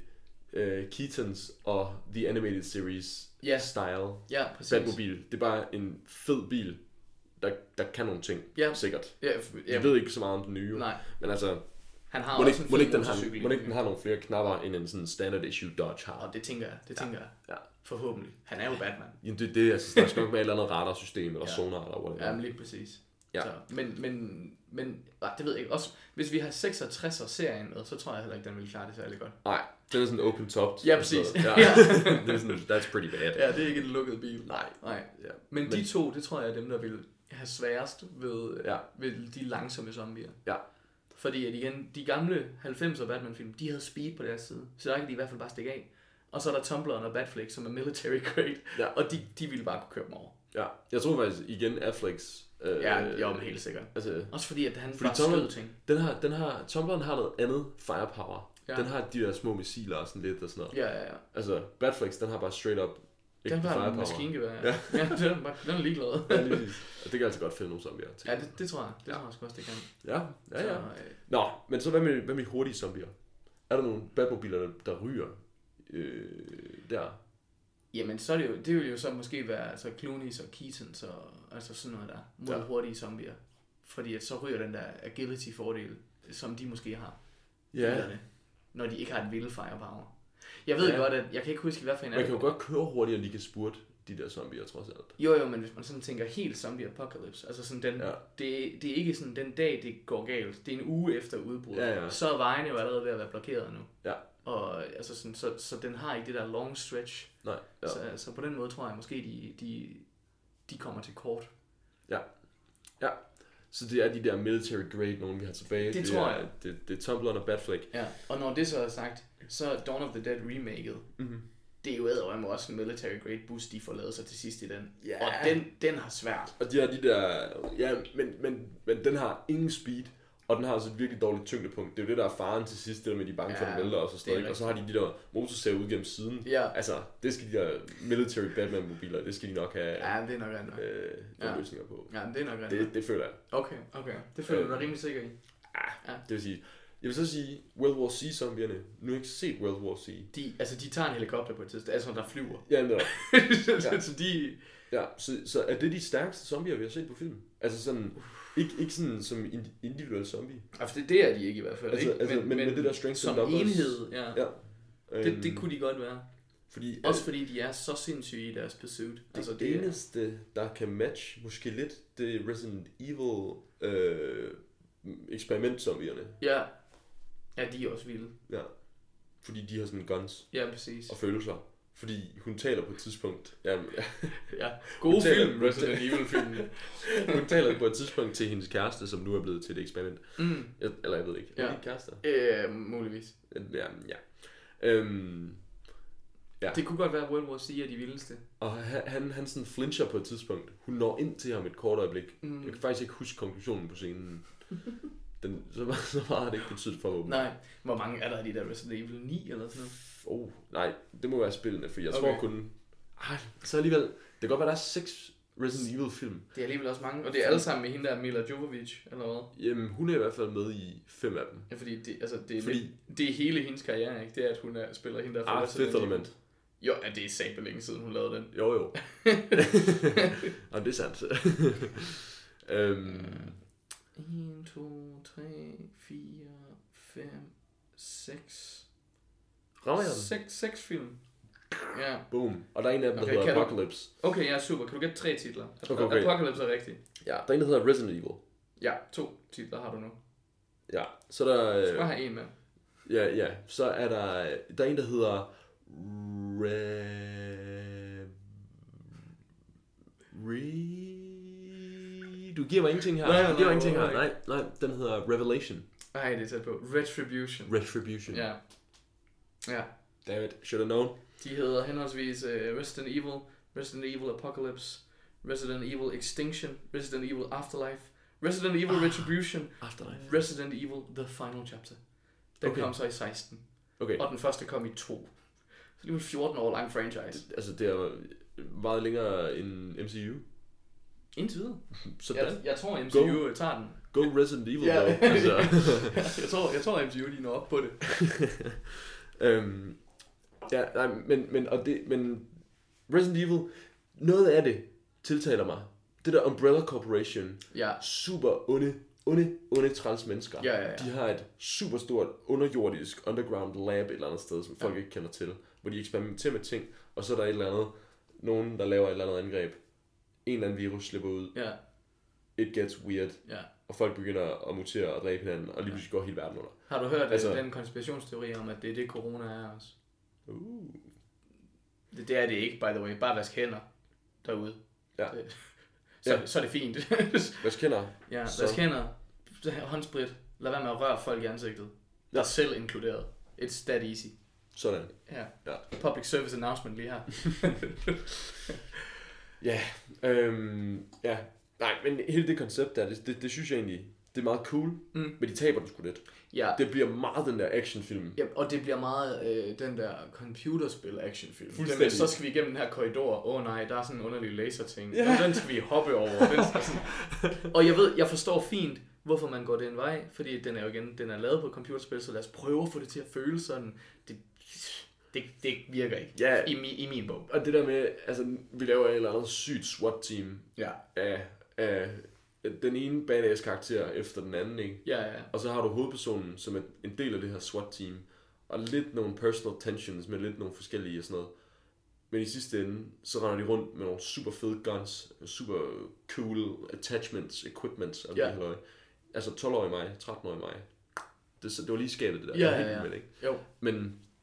Speaker 4: Keatons og The Animated Series style.
Speaker 3: Ja, præcis.
Speaker 4: Batmobil. Det er bare en fed bil, der kan nogle ting, sikkert.
Speaker 3: Ja.
Speaker 4: Jeg ved ikke så meget om den nye.
Speaker 3: Nej.
Speaker 4: Men altså...
Speaker 3: Han har også en fed
Speaker 4: motorcykel. Må ikke den har nogle flere knapper, end en sådan standard issue Dodge har.
Speaker 3: Og det tænker jeg. Ja. Forhåbentlig. Han er jo Batman.
Speaker 4: Jamen det er altså, der skal nok være et eller andet radarsystem, eller sonar, eller whatever.
Speaker 3: Ja, men lige præcis. Ja. Så, men det ved jeg ikke. Også hvis vi har 66'er serien, så tror jeg heller ikke, den vil klare det særlig godt.
Speaker 4: Nej, den er sådan open top.
Speaker 3: Ja, præcis.
Speaker 4: Det er sådan, that's pretty bad.
Speaker 3: Ja, det er ikke en lukket bil.
Speaker 4: Nej.
Speaker 3: Ja. Men de to, det tror jeg er dem, der vil have sværest ved de langsomme zombier. Ja. Fordi at igen, de gamle 90'er Batman-film, de havde speed på deres side. Så der kan de i hvert fald bare stikke af. Og så er der Tumblr'en og Batfleck, som er military grade. Ja. Og de ville bare kunne køre dem over. Ja,
Speaker 4: jeg tror faktisk igen Afflecks...
Speaker 3: men helt sikkert. Altså, også fordi at han bare skød ting.
Speaker 4: Tumblr'en har noget andet firepower. Ja. Den har de der små missiler og sådan lidt og sådan noget. Ja. Altså Batflex, den har bare straight up...
Speaker 3: Den har en maskingevær. Ja, den er ligeglad.
Speaker 4: Ja, lige præcis. Og det kan altså godt finde nogle zombier.
Speaker 3: Ja, det tror jeg. Det tror jeg også, det kan.
Speaker 4: Ja. Nå, men så hvad med hurtige zombier? Er der nogle Batmobiler, der ryger der?
Speaker 3: Jamen, så er det vil jo så måske være altså Clooney's og Keatons og altså sådan noget der mod hurtige zombier. Fordi at så ryger den der agility-fordel, som de måske har. Ja. Når de ikke har et vilde firepower. Jeg ved godt, at jeg kan ikke huske, hvad for en...
Speaker 4: Man kan jo godt køre hurtigt, og de kan spurte de der zombier, trods alt.
Speaker 3: Jo, men hvis man sådan tænker helt zombie apocalypse, altså sådan den, det er ikke sådan den dag, det går galt. Det er en uge efter udbrud. Så er vejene jo allerede ved at være blokeret nu. Ja. Og altså sådan, så den har ikke det der long stretch.
Speaker 4: Nej, ja.
Speaker 3: Så på den måde tror jeg måske, de kommer til kort.
Speaker 4: Ja. Så det er de der military grade, nogen vi har tilbage.
Speaker 3: Det tror jeg.
Speaker 4: Det er Tumblr og Batfleck.
Speaker 3: Ja, og når det så er sagt, så er Dawn of the Dead remaket.
Speaker 4: Mm-hmm.
Speaker 3: Det er jo også en military grade bus, de får lavet sig til sidst i den.
Speaker 4: Ja.
Speaker 3: Og den har svært.
Speaker 4: Og de har de der... Ja, men den har ingen speed, og den har altså et virkelig dårligt tyngdepunkt. Det er jo det, der er faren til sidst, det der med, de er bange for, at den vælter og så stadig. Og så har de der motorsaver ud gennem siden. Ja. Altså, det skal de der military Batman-mobiler, det skal de nok have
Speaker 3: det er nok rent
Speaker 4: løsninger på.
Speaker 3: Ja, det er nok rent
Speaker 4: det føler jeg.
Speaker 3: Okay. Det føler du dig rimelig sikker i?
Speaker 4: Ja, det vil sige... Jeg vil så sige, World War C-zombierne. Nu har jeg ikke set World War C.
Speaker 3: De tager en helikopter på et tidspunkt, altså der flyver.
Speaker 4: Ja, det
Speaker 3: er så de...
Speaker 4: Ja, så er det de stærkeste zombier, vi har set på film? Altså sådan, ikke sådan som individuel zombie.
Speaker 3: Altså det er de ikke i hvert fald, ikke?
Speaker 4: Men det der strength
Speaker 3: som
Speaker 4: numbers,
Speaker 3: enhed, ja. Det kunne de godt være. Fordi de er så sindssyge i deres pursuit.
Speaker 4: Det eneste, der kan match måske lidt, det er Resident Evil eksperiment-zombierne.
Speaker 3: Ja, de er også vilde.
Speaker 4: Ja, fordi de har sådan guns.
Speaker 3: Ja, præcis.
Speaker 4: Og følelser. Fordi hun taler på et tidspunkt... Ja,
Speaker 3: gode film, Resident Evil-film.
Speaker 4: Hun taler på et tidspunkt til hendes kæreste, som nu er blevet til et eksperiment. Eller jeg ved ikke. Er det ikke kærester?
Speaker 3: Muligvis.
Speaker 4: Ja.
Speaker 3: Ja. Det kunne godt være, at World War C er de vildeste.
Speaker 4: Og han sådan flincher på et tidspunkt. Hun når ind til ham et kort øjeblik. Jeg kan faktisk ikke huske konklusionen på scenen. Så meget har det ikke betydet for åben.
Speaker 3: Nej. Hvor mange er der i de der Resident Evil 9 eller sådan noget?
Speaker 4: Nej, det må være spillene, for jeg tror kun... så alligevel... Det kan godt være, der er 6 Resident Evil film.
Speaker 3: Det er alligevel også mange, og det er alle sammen med hende der Mila Jovovich, eller hvad?
Speaker 4: Jamen, hun er i hvert fald med i 5 af dem.
Speaker 3: Ja, fordi det er hele hendes karriere, ikke? Det er, at hun spiller hende der for
Speaker 4: Fifth Element.
Speaker 3: Jo, det er sagt længe siden, hun lavede den.
Speaker 4: Jo. Og det er sandt.
Speaker 3: 1, 2, 3, 4, 5, 6.
Speaker 4: Rammer jeg den?
Speaker 3: 6 film. Ja.
Speaker 4: Boom. Og der er en af dem, der hedder Apocalypse.
Speaker 3: Okay, ja, super. Kan du gætte 3 titler?
Speaker 4: Okay.
Speaker 3: Apocalypse er rigtigt.
Speaker 4: Ja, der er en, der hedder Resident Evil.
Speaker 3: Ja, 2 titler har du nu.
Speaker 4: Ja, så der...
Speaker 3: Du skal bare have en med.
Speaker 4: Ja. Så er der en, der hedder... Du giver mig ingenting her. Nej, den hedder Revelation.
Speaker 3: Nej, det er tæt på. Retribution. Ja.
Speaker 4: David, should have known.
Speaker 3: De hedder henholdsvis Resident Evil Apocalypse, Resident Evil Extinction, Resident Evil Afterlife, Resident Evil Retribution,
Speaker 4: Afterlife.
Speaker 3: Resident Evil The Final Chapter. Den kom så i 16.
Speaker 4: Okay.
Speaker 3: Og den første kom i 2. Så det er en 14 år lang franchise.
Speaker 4: Det er meget længere end MCU.
Speaker 3: Indtil videre.
Speaker 4: Sådan.
Speaker 3: Jeg tror MCU tager den.
Speaker 4: Go Resident Evil,
Speaker 3: ja.
Speaker 4: dog. Altså.
Speaker 3: jeg tror MCU de når op på det.
Speaker 4: Men Resident Evil, noget af det tiltaler mig. Det der Umbrella Corporation.
Speaker 3: Ja.
Speaker 4: Super onde træls mennesker.
Speaker 3: Ja.
Speaker 4: De har et super stort underjordisk underground lab et eller andet sted, som folk ikke kender til, hvor de eksperimenterer med ting, og så er der et eller andet, nogen der laver et eller andet angreb. En eller anden virus slipper ud.
Speaker 3: Ja.
Speaker 4: It gets weird.
Speaker 3: Ja.
Speaker 4: Og folk begynder at mutere og dræbe hinanden, og lige pludselig går hele verden under.
Speaker 3: Har du hørt den konspirationsteori om, at det er det, corona er også? Det er det ikke, by the way. Bare vask hænder derude.
Speaker 4: Ja.
Speaker 3: Så er det fint.
Speaker 4: Vask hænder.
Speaker 3: Ja, vask hænder. Håndsprit. Lad være med at røre folk i ansigtet. Der er selv inkluderet. It's that easy.
Speaker 4: Sådan.
Speaker 3: Ja. Public service announcement lige her.
Speaker 4: Ja. Nej, men hele det koncept der, det synes jeg egentlig, det er meget cool, men de taber den sgu lidt.
Speaker 3: Ja.
Speaker 4: Det bliver meget den der actionfilm.
Speaker 3: Ja, og det bliver meget den der computerspil actionfilm.
Speaker 4: Fuldstændig.
Speaker 3: Så skal vi igennem den her korridor. Nej, der er sådan en underlig laserting. Ja. Og den skal vi hoppe over. Og jeg forstår fint, hvorfor man går den vej, fordi den er lavet på computerspil, så lad os prøve at få det til at føle sådan. Det virker ikke i min bog.
Speaker 4: Og det der med, altså vi laver et eller andet sygt SWAT-team af den ene badass karakter efter den anden, ikke?
Speaker 3: Ja.
Speaker 4: Og så har du hovedpersonen, som er en del af det her SWAT-team, og lidt nogle personal tensions med lidt nogle forskellige og sådan noget. Men i sidste ende, så render de rundt med nogle super fede guns, super cool attachments, equipments og det her. Altså 12-årig mig, 13-årig mig. Det var lige skabet det der.
Speaker 3: Ja.
Speaker 4: Med, ikke?
Speaker 3: Jo.
Speaker 4: Men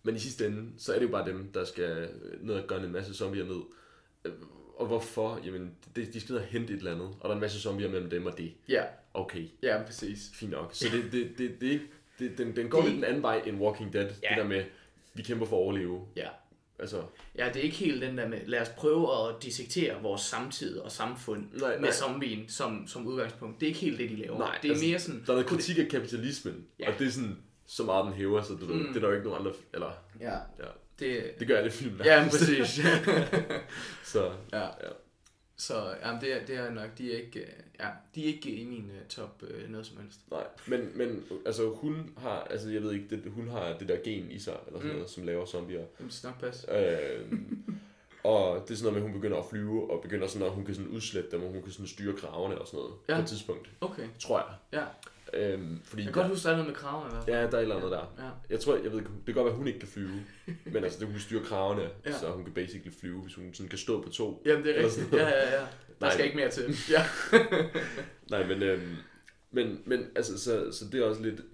Speaker 4: Men i sidste ende, så er det jo bare dem, der skal ned og gøre en masse zombier ned. Og hvorfor? Jamen, de skal ned og hente et eller andet, og der er en masse zombier mellem dem og det.
Speaker 3: Ja.
Speaker 4: Okay.
Speaker 3: Ja, præcis.
Speaker 4: Fint nok. Så den går lidt den anden vej end Walking Dead.
Speaker 3: Ja.
Speaker 4: Det der med, vi kæmper for at overleve.
Speaker 3: Ja.
Speaker 4: Altså,
Speaker 3: Ja, det er ikke helt den der med, lad os prøve at dissektere vores samtid og samfund med zombien som udgangspunkt. Det er ikke helt det, de laver.
Speaker 4: Nej,
Speaker 3: det er mere sådan...
Speaker 4: Der er noget kritik af kapitalismen, og det er sådan, så meget den hæver, så det er der jo ikke nogen andre... Eller,
Speaker 3: ja.
Speaker 4: Det gør alle film.
Speaker 3: Ja, præcis.
Speaker 4: Så,
Speaker 3: ja. Så jamen, det er nok, de er ikke i min top noget som helst.
Speaker 4: Nej, men altså hun har, altså jeg ved ikke, hun har det der gen i sig, eller sådan noget, som laver zombier.
Speaker 3: Det skal nok passe.
Speaker 4: Og det er sådan noget med, at hun begynder at flyve, og begynder sådan, at hun kan sådan udslette dem, og hun kan sådan styre kravene og sådan noget på et tidspunkt.
Speaker 3: Okay.
Speaker 4: Tror jeg.
Speaker 3: Ja.
Speaker 4: Fordi
Speaker 3: jeg kan godt huske, der er noget med kravene i hvert fald.
Speaker 4: Ja, der er et eller andet der.
Speaker 3: Ja.
Speaker 4: Jeg ved ikke, det kan godt være, at hun ikke kan flyve, men altså, det hun styre kravene, så hun kan basically flyve, hvis hun sådan kan stå på 2.
Speaker 3: Jamen, det er rigtigt. Ja. Der skal ikke mere til. Ja.
Speaker 4: Nej, men altså, så det er også lidt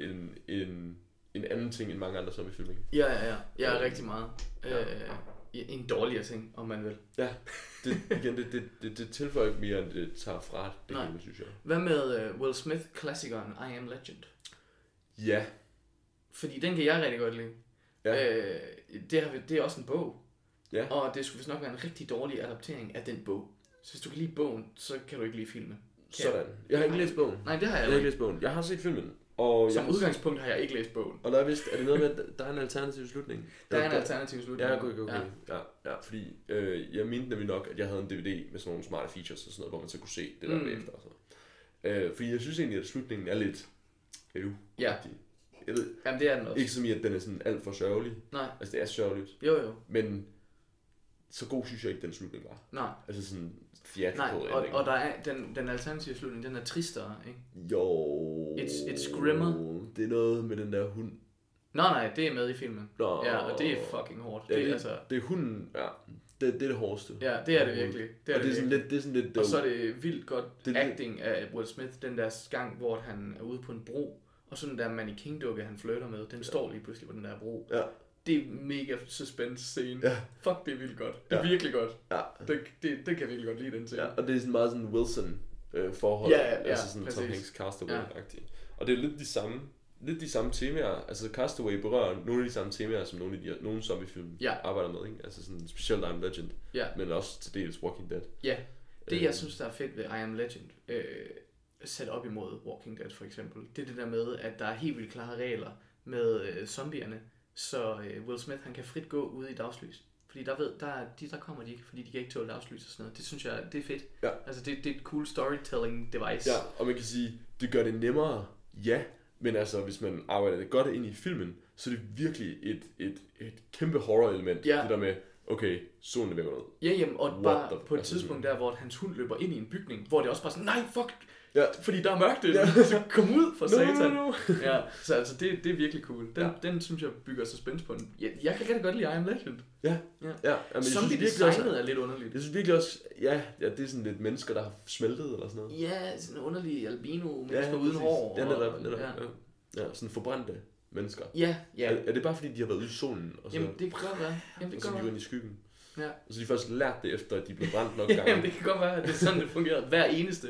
Speaker 4: en anden ting end mange andre zombiefilm, ikke?
Speaker 3: Ja, rigtig meget. En dårligere ting, om man vil.
Speaker 4: Ja, det tilføjer ikke mere, end det tager fra det hele, synes jeg.
Speaker 3: Hvad med Will Smith-klassikeren I Am Legend?
Speaker 4: Ja.
Speaker 3: Fordi den kan jeg rigtig godt lide.
Speaker 4: Ja.
Speaker 3: Det er også en bog.
Speaker 4: Ja.
Speaker 3: Og det skulle vist nok være en rigtig dårlig adaptering af den bog. Så hvis du kan lide bogen, så kan du ikke lide filmen.
Speaker 4: Sådan. Jeg har ikke læst bogen.
Speaker 3: Nej, det har jeg
Speaker 4: ikke læst bogen. Jeg har set filmen. Og
Speaker 3: som udgangspunkt har jeg ikke læst bogen.
Speaker 4: Og der er det noget med, at der er en alternativ slutning?
Speaker 3: Der er en alternativ slutning.
Speaker 4: Ja, okay. Ja, fordi jeg mente nemlig nok, at jeg havde en DVD med sådan nogle smarte features og sådan noget, hvor man så kunne se det der bagefter. Og så. Fordi jeg synes egentlig, at slutningen er lidt
Speaker 3: ja.
Speaker 4: Jeg ved,
Speaker 3: jamen, det er den også.
Speaker 4: Ikke som i, at den er sådan alt for sørgelig.
Speaker 3: Nej.
Speaker 4: Altså, det er sørgeligt.
Speaker 3: Jo.
Speaker 4: Men så god synes jeg ikke, den slutning var.
Speaker 3: Nej.
Speaker 4: Altså sådan theatrical
Speaker 3: ending. Og der er den alternative slutning, den er tristere, ikke?
Speaker 4: Jo.
Speaker 3: It's grimmer.
Speaker 4: Det er noget med den der hund.
Speaker 3: Nej, det er med i filmen.
Speaker 4: Nå.
Speaker 3: Ja, og det er fucking hårdt.
Speaker 4: Ja, det er hunden, ja. Det er det hårdeste.
Speaker 3: Ja, det er det virkelig. Det er
Speaker 4: sådan lidt
Speaker 3: og så er det vildt godt acting af Will Smith, den der gang, hvor han er ude på en bro, og sådan der mannequin-dukke, han flirter med, den står lige pludselig på den der bro.
Speaker 4: Ja.
Speaker 3: Det er mega suspense scene.
Speaker 4: Ja.
Speaker 3: Fuck, det er vildt godt. Det er virkelig godt.
Speaker 4: Ja.
Speaker 3: Det kan jeg virkelig godt lide, den scene.
Speaker 4: Ja, og det er sådan meget sådan Wilson forhold. Altså sådan
Speaker 3: præcis.
Speaker 4: Tom Hanks Castaway-agtigt. Og det er lidt de samme temaer. Altså Castaway berører nogle af de samme temaer, som nogle zombiefilm arbejder med, ikke? Altså sådan specielt I Am Legend, men også til dels Walking Dead.
Speaker 3: Ja, det jeg synes, der er fedt ved I Am Legend, sat op imod Walking Dead for eksempel, det er det der med, at der er helt vildt klare regler med zombierne, så Will Smith, han kan frit gå ude i dagslys. Fordi der kommer de ikke, fordi de kan ikke tåle dagslys og sådan noget. Det synes jeg, det er fedt.
Speaker 4: Ja.
Speaker 3: Altså det er et cool storytelling device.
Speaker 4: Ja, og man kan sige, det gør det nemmere, men altså hvis man arbejder det godt ind i filmen, så er det virkelig et kæmpe horror-element. Det der med, okay, solen er væk ud.
Speaker 3: Ja, jamen, og bare på et tidspunkt der, hvor hans hund løber ind i en bygning, hvor det også bare sådan, nej, fuck, fordi der er mørkt, så kom ud for satan.
Speaker 4: No.
Speaker 3: Ja, så altså, det er virkelig cool. Den synes jeg bygger suspense på den. Jeg kan rigtig godt lide I Am Legend.
Speaker 4: Ja.
Speaker 3: Zombie-designet er lidt underligt.
Speaker 4: Jeg synes virkelig også, det er sådan lidt mennesker, der har smeltet eller sådan noget.
Speaker 3: Ja, sådan underlige albino-mennesker uden hår.
Speaker 4: Ja, netop. Ja, sådan forbrændte mennesker.
Speaker 3: Ja.
Speaker 4: Er det bare fordi, de har været ude i solen? Og så,
Speaker 3: jamen, det kan godt være.
Speaker 4: Og så de går ind i skyggen.
Speaker 3: Ja.
Speaker 4: Og så de først lært det efter, at de blev brændt nok gange.
Speaker 3: Jamen, det kan godt være, at det er sådan, det fungerer hver eneste.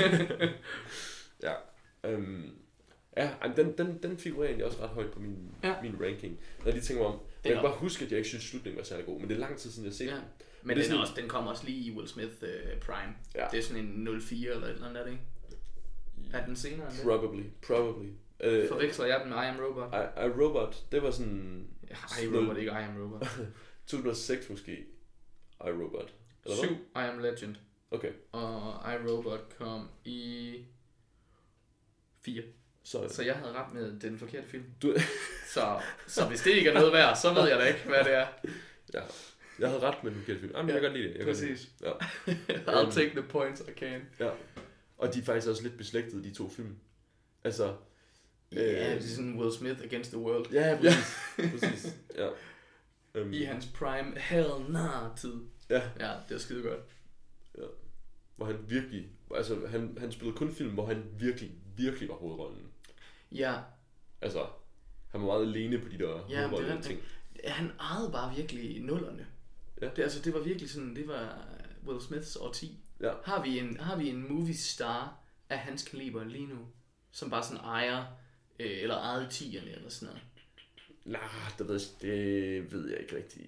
Speaker 4: Den figurerer egentlig også ret højt på min ranking. Når de tænker mig om, jeg kan bare huske, at jeg ikke synes, slutningen var særlig god, men det er lang tid siden, jeg har set den.
Speaker 3: Men den kommer også lige i Will Smith Prime. Ja. Det er sådan en 04 eller et eller andet, er det ikke? Er den senere end det?
Speaker 4: Probably.
Speaker 3: Forveksler jeg den med I Am Robot?
Speaker 4: I Robot, det var sådan...
Speaker 3: I Robot, ikke I Am Robot.
Speaker 4: 2006 måske. I Robot.
Speaker 3: 7 I Am Legend.
Speaker 4: Okay.
Speaker 3: Og I Robot kom i 4. Så jeg havde ret med den forkerte film. Så hvis det ikke er noget værd, så ved jeg da ikke, hvad det er.
Speaker 4: Ja. Jeg havde ret med den forkerte film. Jamen, jeg kan godt lide det.
Speaker 3: Præcis.
Speaker 4: Ja.
Speaker 3: I'll take the points I can.
Speaker 4: Ja. Og de er faktisk også lidt beslægtede, de to film. Altså...
Speaker 3: det er sådan Will Smith Against the World.
Speaker 4: Ja, præcis. Ja.
Speaker 3: I hans prime hell tid.
Speaker 4: Ja,
Speaker 3: det er skide godt.
Speaker 4: Ja. Hvor han virkelig, altså han spillede kun film, hvor han virkelig var hovedrollen.
Speaker 3: Ja.
Speaker 4: Altså, han var meget alene på de der hovedrolle ting.
Speaker 3: han ejede bare virkelig nullerne.
Speaker 4: Ja.
Speaker 3: Det var virkelig sådan, det var Will Smiths årti.
Speaker 4: Ja.
Speaker 3: Har vi en movie star af hans kaliber lige nu, som bare sådan ejer, eller ejede 10'erne eller sådan noget?
Speaker 4: Nej, det ved jeg ikke rigtig.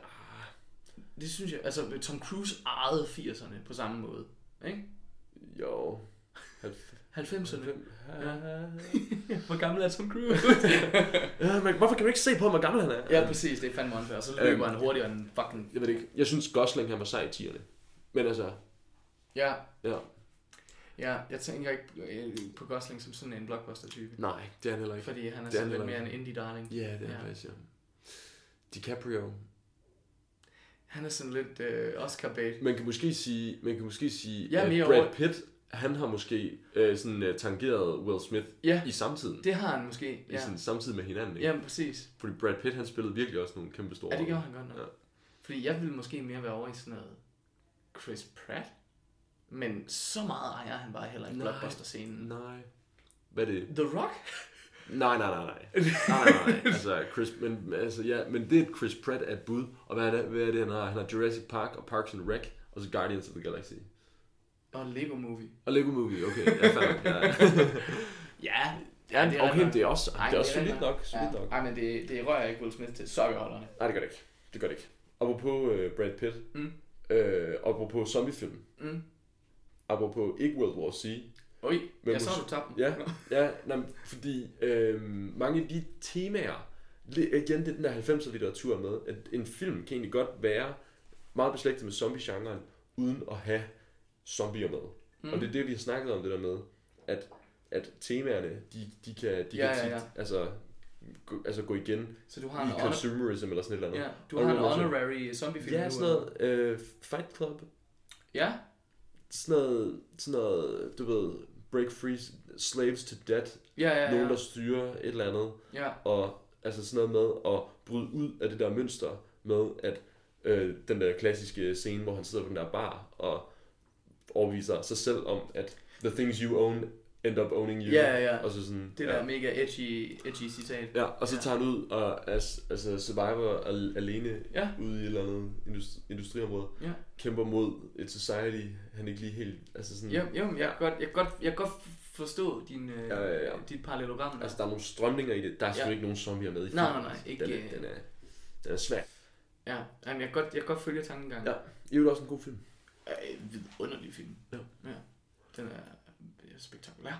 Speaker 3: Det synes jeg, altså Tom Cruise ejede 80'erne på samme måde, ikke?
Speaker 4: Jo.
Speaker 3: 90'erne. Ja. Hvor gammel er Tom Cruise?
Speaker 4: Ja, men hvorfor kan du ikke se på, hvor gammel han er?
Speaker 3: Ja, præcis, det er fandme unfair. Så løber han hurtigere end fucking...
Speaker 4: Jeg ved ikke. Jeg synes Gosling, han var sej i 10'erne. Men altså...
Speaker 3: Ja.
Speaker 4: Ja.
Speaker 3: Ja, jeg tænker ikke på Gosling som sådan en blockbuster-type.
Speaker 4: Nej, det er han heller ikke.
Speaker 3: Fordi han er sådan lidt mere en indie-darling.
Speaker 4: Ja, det er han faktisk, ja. DiCaprio.
Speaker 3: Han er sådan lidt Oscar-bait.
Speaker 4: Man kan måske sige
Speaker 3: Ja,
Speaker 4: at Brad Pitt, han har måske tangeret Will Smith i samtiden.
Speaker 3: Det har han måske,
Speaker 4: I sådan samtidig med hinanden, ikke?
Speaker 3: Jamen, præcis.
Speaker 4: Fordi Brad Pitt, han spillede virkelig også nogle kæmpe store
Speaker 3: Ja, det gjorde han godt nok.
Speaker 4: Ja.
Speaker 3: Fordi jeg ville måske mere være over i sådan noget Chris Pratt. Men så meget ejer han bare heller i blockbuster-scenen.
Speaker 4: Nej. Hvad er det?
Speaker 3: The Rock?
Speaker 4: Nej. Altså, men det er Chris Pratt af et bud. Og hvad er det han har? Han har Jurassic Park og Parks and Rec, og så Guardians of the Galaxy.
Speaker 3: Og Lego Movie.
Speaker 4: Og Lego Movie, okay. Jeg fandt,
Speaker 3: ja,
Speaker 4: det er okay, det er også solidt nok.
Speaker 3: Nej, men det rører ikke Will Smith til sokkerholderne.
Speaker 4: Nej, det gør det ikke. Apropos Brad Pitt. Apropos zombiefilm. Apropos ikke World War C.
Speaker 3: Oj, jeg så du tabte
Speaker 4: den. Fordi mange af de temaer, igen det den der 90'er litteratur med, at en film kan egentlig godt være meget beslægtet med zombie-genren, uden at have zombier med. Og det er det, vi har snakket om, det der med, at temaerne, de kan tit, altså gå igen. Så du har i consumerism eller sådan et eller andet.
Speaker 3: Ja, du har en honorary zombie-film.
Speaker 4: Ja, sådan noget Fight Club.
Speaker 3: Ja.
Speaker 4: Sådan noget, du ved, break free, slaves to death.
Speaker 3: Ja.
Speaker 4: Nogen, der styrer et eller andet.
Speaker 3: Ja.
Speaker 4: Og altså sådan noget med at bryde ud af det der mønster med, at den der klassiske scene, hvor han sidder på den der bar og overviser sig selv om, at the things you own end up owning you.
Speaker 3: Ja.
Speaker 4: Og så sådan,
Speaker 3: det der mega edgy citat.
Speaker 4: Ja, og så tager han ud og altså survivor alene ude i et eller andet industriområde. Ja. Kæmper mod et society, han ikke lige helt... Altså sådan,
Speaker 3: jeg kan godt forstå dit parallelogram.
Speaker 4: Altså der er nogle strømninger i det. Der er sgu ikke nogen zombier med i filmen.
Speaker 3: Nej. Ikke,
Speaker 4: den er svær.
Speaker 3: Ja, men jeg kan godt følge tankegangen.
Speaker 4: Ja, det er jo også en god film.
Speaker 3: En vidunderlig film. Ja. Den er spektakulær.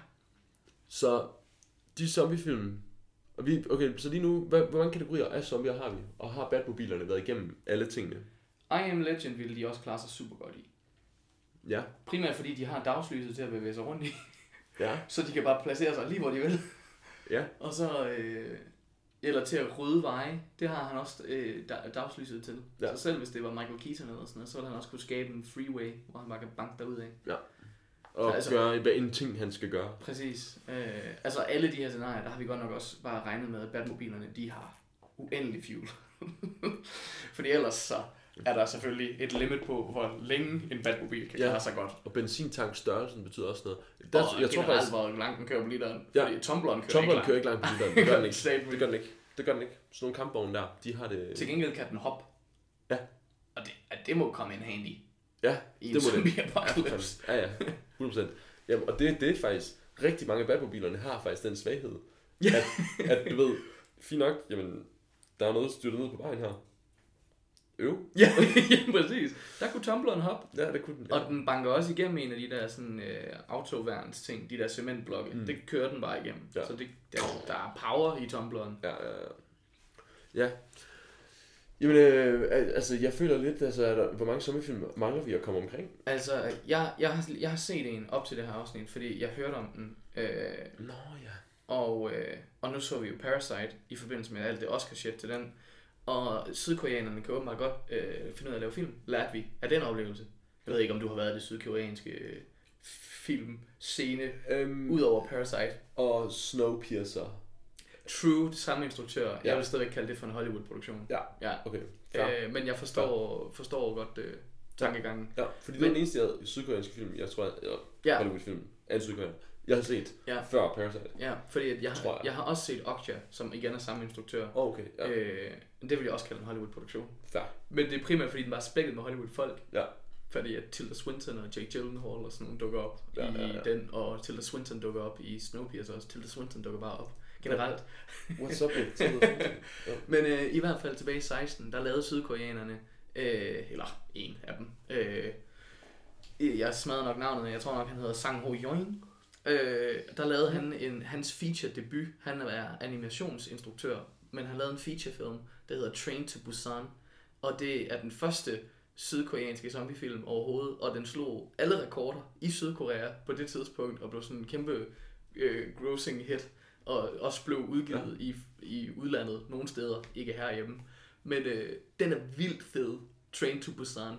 Speaker 4: Så de zombiefilm, og så lige nu, hvor mange kategorier af zombier har vi? Og har Batmobilerne været igennem alle tingene?
Speaker 3: I Am Legend ville de også klare sig super godt i.
Speaker 4: Ja.
Speaker 3: Primært fordi de har dagslyset til at bevæge sig rundt i.
Speaker 4: Ja.
Speaker 3: Så de kan bare placere sig lige hvor de vil.
Speaker 4: Ja.
Speaker 3: Og så eller til at rydde veje. Det har han også dagslyset til. Ja. Så selv hvis det var Michael Keaton eller sådan noget, så ville han også kunne skabe en freeway, hvor han bare kan banke derud af.
Speaker 4: Ja. Og gøre hvad en ting han skal gøre.
Speaker 3: Præcis. Altså alle de her scenarier, der har vi godt nok også bare regnet med, at Batmobilerne, de har uendelig fuel. Fordi ellers så er der selvfølgelig et limit på, hvor længe en Batmobil kan klare sig godt.
Speaker 4: Og benzintankstørrelsen betyder også noget.
Speaker 3: Jeg tror faktisk, hvor langt den kører på literen. Fordi tumbleren kører ikke langt
Speaker 4: på literen. Det gør den ikke. Det gør den ikke. Sådan nogle kampvogne der, de har det...
Speaker 3: Til gengæld kan den hoppe.
Speaker 4: Ja.
Speaker 3: Og det må komme in handy.
Speaker 4: Ja,
Speaker 3: det må det.
Speaker 4: Ja, 100%. Jamen, og det er faktisk, rigtig mange af Batmobilerne har faktisk den svaghed. At du ved, fint nok, jamen, der er noget styrtet ned på vejen her.
Speaker 3: Ja, præcis. Der kunne tumbleren hoppe.
Speaker 4: Ja, det kunne den. Ja.
Speaker 3: Og den banker også igennem en af de der sådan autoværns ting, de der cementblokke. Det kører den bare igennem. Ja. Så der er power i tumbleren.
Speaker 4: Ja. Jamen, altså, jeg føler lidt, altså, hvor mange sommerfilm mangler vi at komme omkring?
Speaker 3: Altså, jeg har set en op til det her afsnit, fordi jeg hørte om den. Og nu så vi jo Parasite i forbindelse med alt det Oscar-shit til den. Og sydkoreanerne kan åbenbart godt finde ud af at lave film. Lærte vi af den oplevelse. Jeg ved ikke, om du har været i det sydkoreanske filmscene, udover Parasite.
Speaker 4: Og Snowpiercer.
Speaker 3: True, det samme instruktør. Ja. Jeg vil stadigvæk kalde det for en Hollywood-produktion.
Speaker 4: Ja. Okay.
Speaker 3: Men jeg forstår godt tankegangen.
Speaker 4: Ja, fordi det er den eneste sydkoreanske film, jeg tror, Hollywood-film, af sydkoreaner, Jeg har set før Parasite.
Speaker 3: Ja, fordi at jeg har også set Okja, som igen er samme instruktør.
Speaker 4: Okay, ja.
Speaker 3: Det vil jeg også kalde en Hollywood-produktion.
Speaker 4: Fair.
Speaker 3: Men det er primært, fordi den var spækket med Hollywood-folk.
Speaker 4: Ja.
Speaker 3: Fordi at Tilda Swinton og Jake Gyllenhaal og sådan nogle dukker op i den, og Tilda Swinton dukker op i Snowpiercer også. Tilda Swinton dukker bare op generelt.
Speaker 4: What's up with Tilda Swinton?
Speaker 3: Men i hvert fald tilbage i 16, der lavede sydkoreanerne, eller en af dem, jeg smadrer nok navnet, jeg tror nok han hedder Sang Ho Young. Der lavede han hans feature debut. Han er animationsinstruktør, men han lavede en featurefilm, der hedder Train to Busan, og det er den første sydkoreanske zombiefilm overhovedet, og den slog alle rekorder i Sydkorea på det tidspunkt, og blev sådan en kæmpe grossing hit, og også blev udgivet i udlandet nogle steder, ikke herhjemme. Men den er vildt fed, Train to Busan.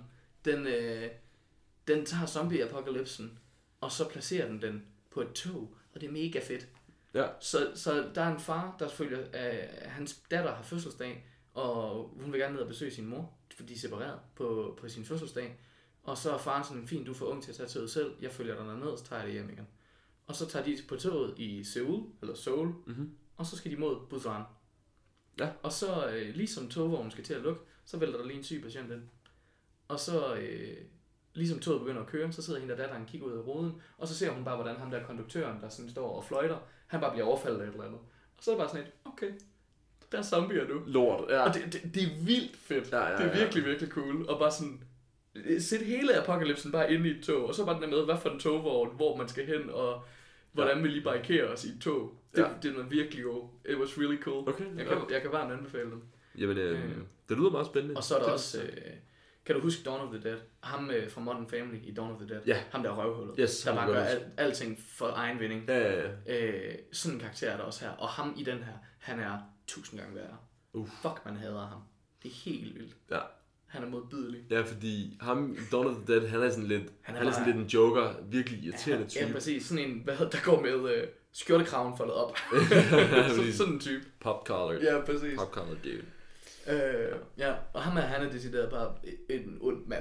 Speaker 3: Den tager zombie-apokalypsen, og så placerer den på et tog, og det er mega fedt.
Speaker 4: Ja.
Speaker 3: Så der er en far, der selvfølgelig, hans datter har fødselsdag, og hun vil gerne ned og besøge sin mor, fordi de er separeret på sin fødselsdag. Og så er faren sådan, fint, du er for ung til at tage toget selv, jeg følger dig derned, så tager jeg det hjem igen. Og så tager de på toget i Seoul, og så skal de mod Busan.
Speaker 4: Ja.
Speaker 3: Og så, ligesom togvognen skal til at lukke, så vælter der lige en syg patient ind. Og så, ligesom toget begynder at køre, så sidder hende der datteren og kigger ud af ruden, og så ser hun bare, hvordan ham der konduktøren, der sådan står og fløjter, han bare bliver overfaldet af et eller andet. Og så er det bare sådan et, okay, der er zombier nu.
Speaker 4: Lort, ja.
Speaker 3: Og det er vildt fedt.
Speaker 4: Ja.
Speaker 3: Det er virkelig, virkelig cool. Og bare sådan, sæt hele apokalypsen bare inde i et tog, og så bare den der med, hvad for en togvogn, hvor man skal hen, og hvordan vi lige barrikerer os i et tog. Det er virkelig god. It was really cool.
Speaker 4: Okay,
Speaker 3: jeg kan varmt anbefale den.
Speaker 4: Jamen, det lyder meget spændende.
Speaker 3: Og så er der også, kan du huske Dawn of the Dead? Ham fra Modern Family i Dawn of the Dead.
Speaker 4: Ja.
Speaker 3: Ham der røvhullet.
Speaker 4: Yes,
Speaker 3: der bare gør alting for egen vinding.
Speaker 4: Ja.
Speaker 3: Sådan en karakter er der også her. Og ham i den her, han er 1000 gange værre. Fuck, man hader ham. Det er helt vildt.
Speaker 4: Ja.
Speaker 3: Han er modbydelig.
Speaker 4: Ja, fordi ham, Dawn of the Dead, han er sådan lidt en joker, virkelig irriterende type.
Speaker 3: Ja, præcis. Sådan en, der går med skjortekraven foldet op. sådan en type.
Speaker 4: Pop collar.
Speaker 3: Ja, præcis.
Speaker 4: Pop collar dude.
Speaker 3: Ja, og han er decideret bare en ond mand.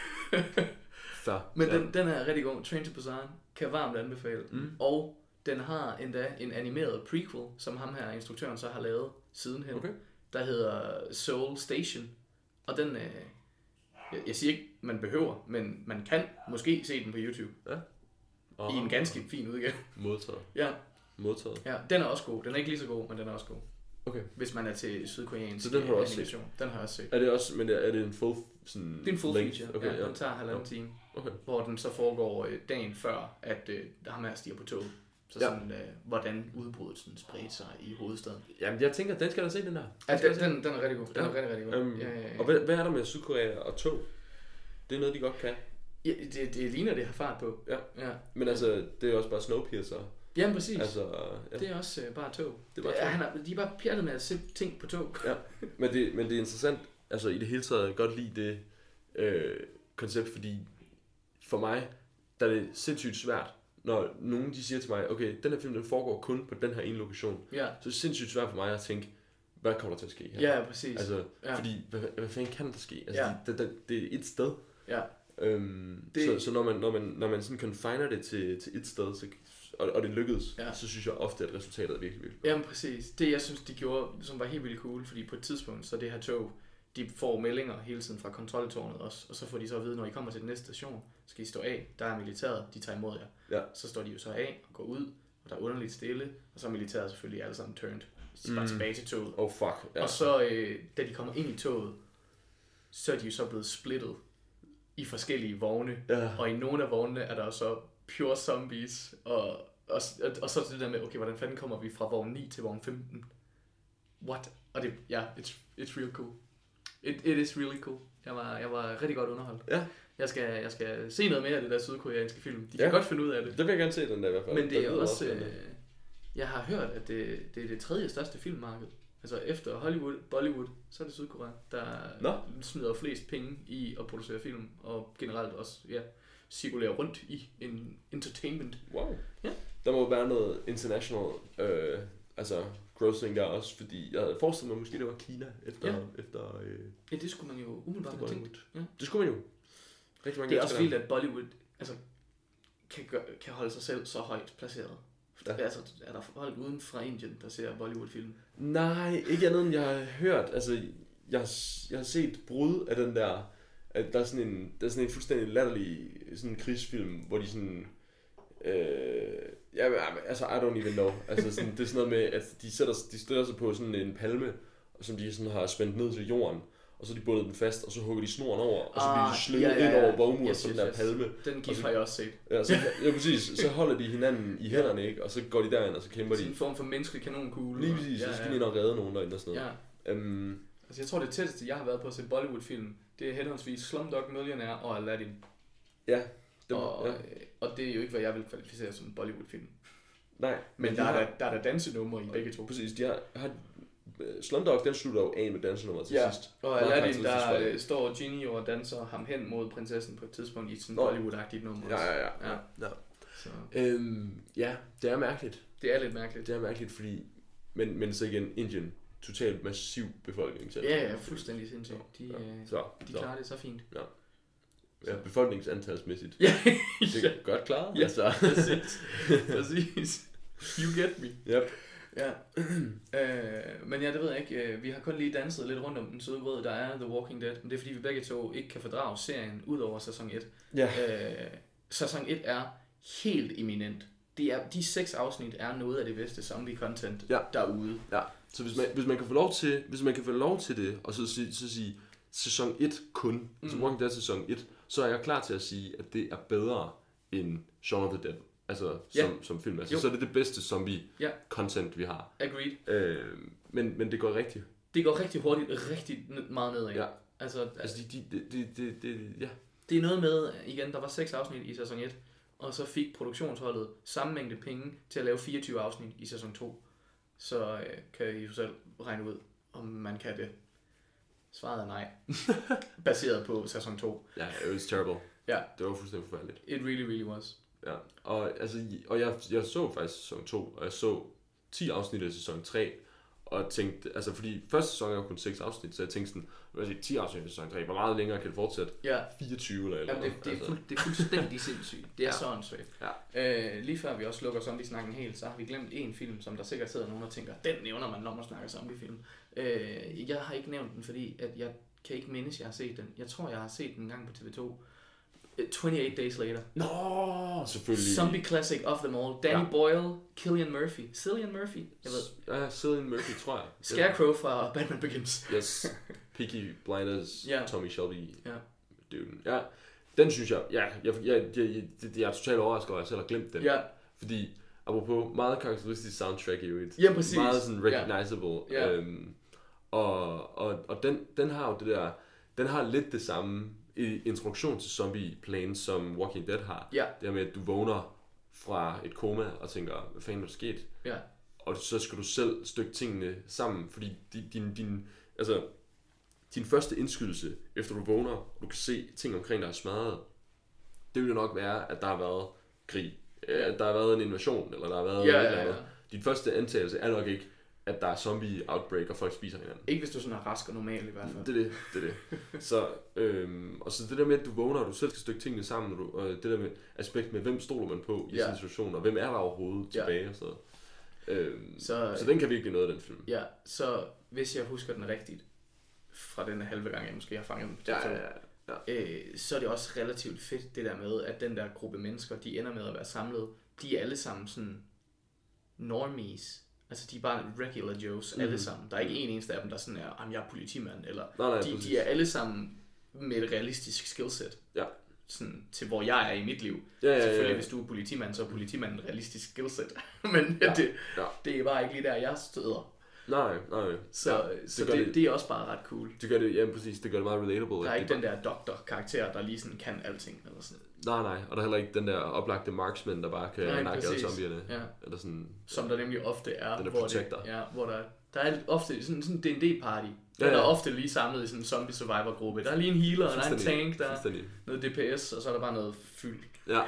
Speaker 4: Fair.
Speaker 3: Men den er rigtig god. Train to Busan kan varmt anbefale. Og den har endda en animeret prequel, som ham her, instruktøren, så har lavet sidenhen.
Speaker 4: Okay.
Speaker 3: Der hedder Seoul Station. Og den, jeg siger ikke, man behøver, men man kan måske se den på YouTube.
Speaker 4: Ja.
Speaker 3: I en ganske fin udgave.
Speaker 4: Modtaget.
Speaker 3: Ja.
Speaker 4: Modtaget.
Speaker 3: Ja, den er også god. Den er ikke lige så god, men den er også god.
Speaker 4: Okay.
Speaker 3: Hvis man er til sydkoreansk
Speaker 4: så den har
Speaker 3: animation.
Speaker 4: også
Speaker 3: Den har jeg også set.
Speaker 4: Er det også, men er det en full sådan
Speaker 3: det er en full
Speaker 4: length?
Speaker 3: feature.
Speaker 4: Okay,
Speaker 3: ja, den tager 1,5 time.
Speaker 4: Okay.
Speaker 3: Hvor den så foregår dagen før, at ham her stiger på toget. Så sådan, hvordan udbruddet sådan spredte sig i hovedstaden.
Speaker 4: Jamen, jeg tænker, den skal da se, den der.
Speaker 3: Den er rigtig god. Den er rigtig god. Ja.
Speaker 4: Og hvad er der med Sydkorea og tog? Det er noget, de godt kan.
Speaker 3: Ja, det ligner, det har fart på.
Speaker 4: Ja. Men altså, det er også bare Snowpiercer.
Speaker 3: Jamen, præcis.
Speaker 4: Altså, ja.
Speaker 3: Det er også bare tog.
Speaker 4: Det er bare tog.
Speaker 3: De er bare pjattet med at sætte ting på tog.
Speaker 4: Ja, men det er interessant. Altså, i det hele taget godt lide det koncept, fordi for mig, der er det sindssygt svært, når nogen de siger til mig, okay, den her film, den foregår kun på den her ene lokation. Ja. Så det er sindssygt svært for mig at tænke, hvad kommer der til at ske her?
Speaker 3: Ja, præcis.
Speaker 4: Altså, fordi, hvad fanden kan der ske? Altså, det er et sted. Ja. Så når man sådan confiner det til et sted, så, og det lykkedes, så synes jeg ofte, at resultatet er virkelig vildt.
Speaker 3: Jamen præcis. Det jeg synes, de gjorde, som var helt vildt cool, fordi på et tidspunkt, så det her tog, de får meldinger hele tiden fra kontroltårnet også, og så får de så at vide, når I kommer til den næste station, skal I stå af, der er militæret, de tager imod jer. Ja. Så står de jo så af og går ud, og der er underligt stille, og så er militæret selvfølgelig alle sammen turned. Så bare tilbage til toget.
Speaker 4: Oh fuck. Ja.
Speaker 3: Og så, da de kommer ind i toget, så er de jo så blevet splittet i forskellige vogne, og i nogle af vognene er der så pure zombies, og så det der med, okay, hvordan fanden kommer vi fra vogn 9 til vogn 15? What? Og det, it's real cool. It is really cool. Jeg var rigtig godt underholdt. Ja. Jeg skal se noget mere af det der sydkoreanske film. De kan godt finde ud af det.
Speaker 4: Det vil jeg gerne se, den der i hvert fald.
Speaker 3: Men det er også jeg har hørt, at det er det tredje største filmmarked. Altså efter Hollywood, Bollywood, så er det Sydkorea, der smider flest penge i at producere film, og generelt også cirkulerer rundt i en entertainment.
Speaker 4: Wow. Ja. Der må være noget international grossing der også, fordi jeg havde forestillet mig, måske det var Kina efter
Speaker 3: ja, det skulle man jo umiddelbart have tænkt. Ja.
Speaker 4: Det skulle man jo.
Speaker 3: Det er også vildt, at Bollywood, altså kan holde sig selv så højt placeret.
Speaker 4: Ja.
Speaker 3: Altså, er der folk uden fra Indien, der ser Bollywood-film?
Speaker 4: Nej, ikke andet end jeg har hørt. Altså, jeg har set brud af den der... At der er sådan en fuldstændig latterlig sådan en krigsfilm, hvor de sådan... altså, I don't even know. Altså, sådan, det er sådan noget med, at de stiller sig på sådan en palme, som de sådan har spændt ned til jorden. Og så de bundet den fast, og så hugger de snoren over, og så bliver de slynget ind over bogmuren på den der palme.
Speaker 3: Den gif har jeg også set.
Speaker 4: Ja, præcis. Så holder de hinanden i hænderne, ikke? Og så går de derind, og så kæmper de.
Speaker 3: Sådan en form for menneskelig kanonkugle.
Speaker 4: Lige præcis, så skal de nok redde nogen derinde og sådan noget.
Speaker 3: Ja. Altså jeg tror det tætteste jeg har været på at se Bollywood-film, det er henholdsvis Slumdog Millionaire og Aladdin.
Speaker 4: Ja.
Speaker 3: Og det er jo ikke, hvad jeg vil kvalificere som Bollywood-film.
Speaker 4: Nej.
Speaker 3: Men der er der dansenummer i begge to.
Speaker 4: Præcis, de har Slumdog, den slutter jo af med dansenummer til sidst.
Speaker 3: Og Aladdin, der står Genie og danser ham hen mod prinsessen på et tidspunkt i sådan Bollywood-agtigt nummer.
Speaker 4: Ja. Så. Ja, det er mærkeligt.
Speaker 3: Det er lidt mærkeligt.
Speaker 4: Det er mærkeligt, fordi... Men så igen, Indien, totalt massiv befolkning.
Speaker 3: Ja, fuldstændig sindssygt. De klarer det så fint.
Speaker 4: Ja, befolkningsantalsmæssigt.
Speaker 3: Ja.
Speaker 4: Det er godt klaret.
Speaker 3: Ja, præcis. You get me.
Speaker 4: Yep.
Speaker 3: Ja. Men ja, det ved jeg ikke. Vi har kun lige danset lidt rundt om den søde grød, der er The Walking Dead. Men det er fordi, vi begge to ikke kan fordrage serien ud over sæson 1.
Speaker 4: Ja.
Speaker 3: Sæson 1 er helt eminent. De 6 afsnit er noget af det bedste zombie-content derude.
Speaker 4: Ja. Så hvis man kan få lov til det, og så sige sæson 1 kun, så Walking Dead sæson 1, så er jeg klar til at sige, at det er bedre end Shaun of the Dead. Altså som film. Altså, så er det bedste zombie-content, vi har.
Speaker 3: Agreed.
Speaker 4: Men det går rigtigt.
Speaker 3: Det går rigtig hurtigt, rigtig meget nedad.
Speaker 4: Ja.
Speaker 3: Altså
Speaker 4: ja.
Speaker 3: Det er noget med, igen, der var 6 afsnit i sæson 1, og så fik produktionsholdet samme mængde penge til at lave 24 afsnit i sæson 2. Så kan I jo selv regne ud, om man kan det. Svaret er nej. Baseret på sæson 2.
Speaker 4: Ja, it was terrible.
Speaker 3: Ja.
Speaker 4: Det var fuldstændig forfærdeligt.
Speaker 3: It really, really was.
Speaker 4: Ja, og jeg så faktisk sæson 2, og jeg så 10 afsnit af sæson 3, og tænkte, altså fordi første sæson er jo kun 6 afsnit, så jeg tænkte sådan, 10 afsnit af sæson 3, hvor meget længere kan det fortsætte?
Speaker 3: Ja.
Speaker 4: 24 eller
Speaker 3: noget. Det er fuldstændig sindssygt. Det er så åndssvagt. Ja. Lige før vi også lukker zombie-snakken helt, så har vi glemt en film, som der sikkert sidder nogen og tænker, den nævner man, når man snakker zombie-film. Jeg har ikke nævnt den, fordi at jeg kan ikke mindes, jeg har set den. Jeg tror, jeg har set den en gang på TV2. 28 Days Later.
Speaker 4: Nå, selvfølgelig.
Speaker 3: Zombie classic of them all. Danny Boyle, Cillian Murphy. Cillian Murphy, jeg ved.
Speaker 4: Ja, Cillian Murphy, tror jeg.
Speaker 3: Scarecrow fra Batman Begins.
Speaker 4: Yes. Peaky Blinders, Tommy Shelby.
Speaker 3: Ja.
Speaker 4: Dude. Ja, den synes jeg, jeg er totalt overrasket over, at jeg selv har glemt den.
Speaker 3: Ja.
Speaker 4: Fordi, apropos, meget karakteristisk soundtrack i øvrigt.
Speaker 3: Ja, præcis.
Speaker 4: Meget sådan recognizable.
Speaker 3: Ja.
Speaker 4: Og den har jo det der, den har lidt det samme i introduktion til zombie-plan, som Walking Dead har.
Speaker 3: Ja.
Speaker 4: Det her med, at du vågner fra et koma og tænker, hvad fanden er der sket?
Speaker 3: Ja.
Speaker 4: Og så skal du selv stykke tingene sammen, fordi din første indskydelse, efter du vågner, og du kan se ting omkring dig er smadret, det vil jo nok være, at der har været krig, at der har været en invasion, eller der har været et eller andet. Din første antagelse er nok ikke, at der er zombie-outbreak, og folk spiser hinanden.
Speaker 3: Ikke hvis du sådan er rask og normal i hvert fald.
Speaker 4: Det er det. Så, og så det der med, at du vågner, og du selv skal stykke tingene sammen, og det der med aspekt med, hvem stoler man på i sådan en situation, og hvem er der overhovedet tilbage og sådan noget. Så den kan virkelig noget af den film.
Speaker 3: Ja, så hvis jeg husker den rigtigt, fra den halve gang, jeg måske har fanget den på TV2, så er det også relativt fedt, det der med, at den der gruppe mennesker, de ender med at være samlet, de er alle sammen sådan normies. Altså, de er bare regular Joes, alle sammen. Der er ikke en eneste af dem, der sådan er, jeg er politimand, eller de er alle sammen med et realistisk skillset. Ja. Sådan, til hvor jeg er i mit liv. Selvfølgelig, hvis du er politimand, så er politimanden et realistisk skillset. Men det er bare ikke lige der, jeg støder.
Speaker 4: Nej.
Speaker 3: Så det er også bare ret cool.
Speaker 4: Det gør det, ja, præcis. Det gør det meget relatable.
Speaker 3: Der er ikke den der doktor-karakter, der lige sådan kan alting. Eller sådan.
Speaker 4: Nej. Og der er heller ikke den der oplagte marksman, der bare kan nakke alle zombierne.
Speaker 3: Ja.
Speaker 4: Eller sådan,
Speaker 3: som der nemlig ofte er.
Speaker 4: Den der protector.
Speaker 3: Hvor der er ofte sådan en D&D-party. Der er ofte lige samlet i sådan en zombie survivor-gruppe. Der er lige en healer, og der er en tank, der er noget DPS, og så er der bare noget fyld.
Speaker 4: Ja.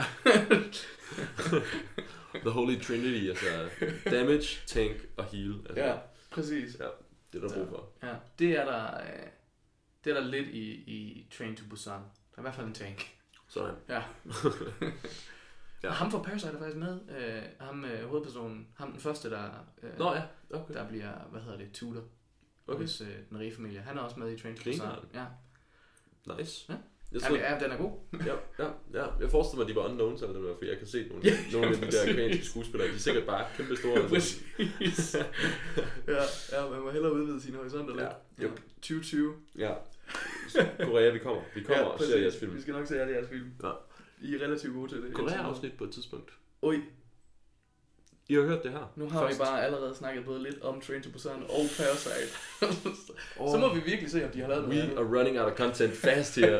Speaker 4: The Holy Trinity, altså damage, tank og heal. Altså.
Speaker 3: Ja, præcis.
Speaker 4: Ja, det er der brug for.
Speaker 3: Ja, det er der lidt i Train to Busan. Der er i hvert fald en tank.
Speaker 4: Sådan.
Speaker 3: Ja. Ja. Ham fra Parasite er faktisk med. Hovedpersonen. Ham den første, der,
Speaker 4: Okay.
Speaker 3: der bliver, tutor hos den rige familie. Han er også med i Train to Busan. Ja.
Speaker 4: Nice.
Speaker 3: Ja. Den er god.
Speaker 4: ja. Jeg forestiller mig, at de var unknowns eller det var, fordi jeg kan se nogle af de der koreanske skuespillere, de er sikkert bare kæmpe store.
Speaker 3: Præcis. ja, man må hellere udvide sine horisonter lidt.
Speaker 4: Ja.
Speaker 3: 2020.
Speaker 4: Ja. Korea, vi kommer og ser jeres film.
Speaker 3: Vi skal nok se alle jeres film.
Speaker 4: Ja.
Speaker 3: I er relativt gode til det.
Speaker 4: Korea-afsnit på et tidspunkt.
Speaker 3: Oj.
Speaker 4: I har hørt det her.
Speaker 3: Nu har vi bare allerede snakket både lidt om Train to Busan og Parasite. Så må vi virkelig se, om de har lavet noget
Speaker 4: We are running out of content fast here.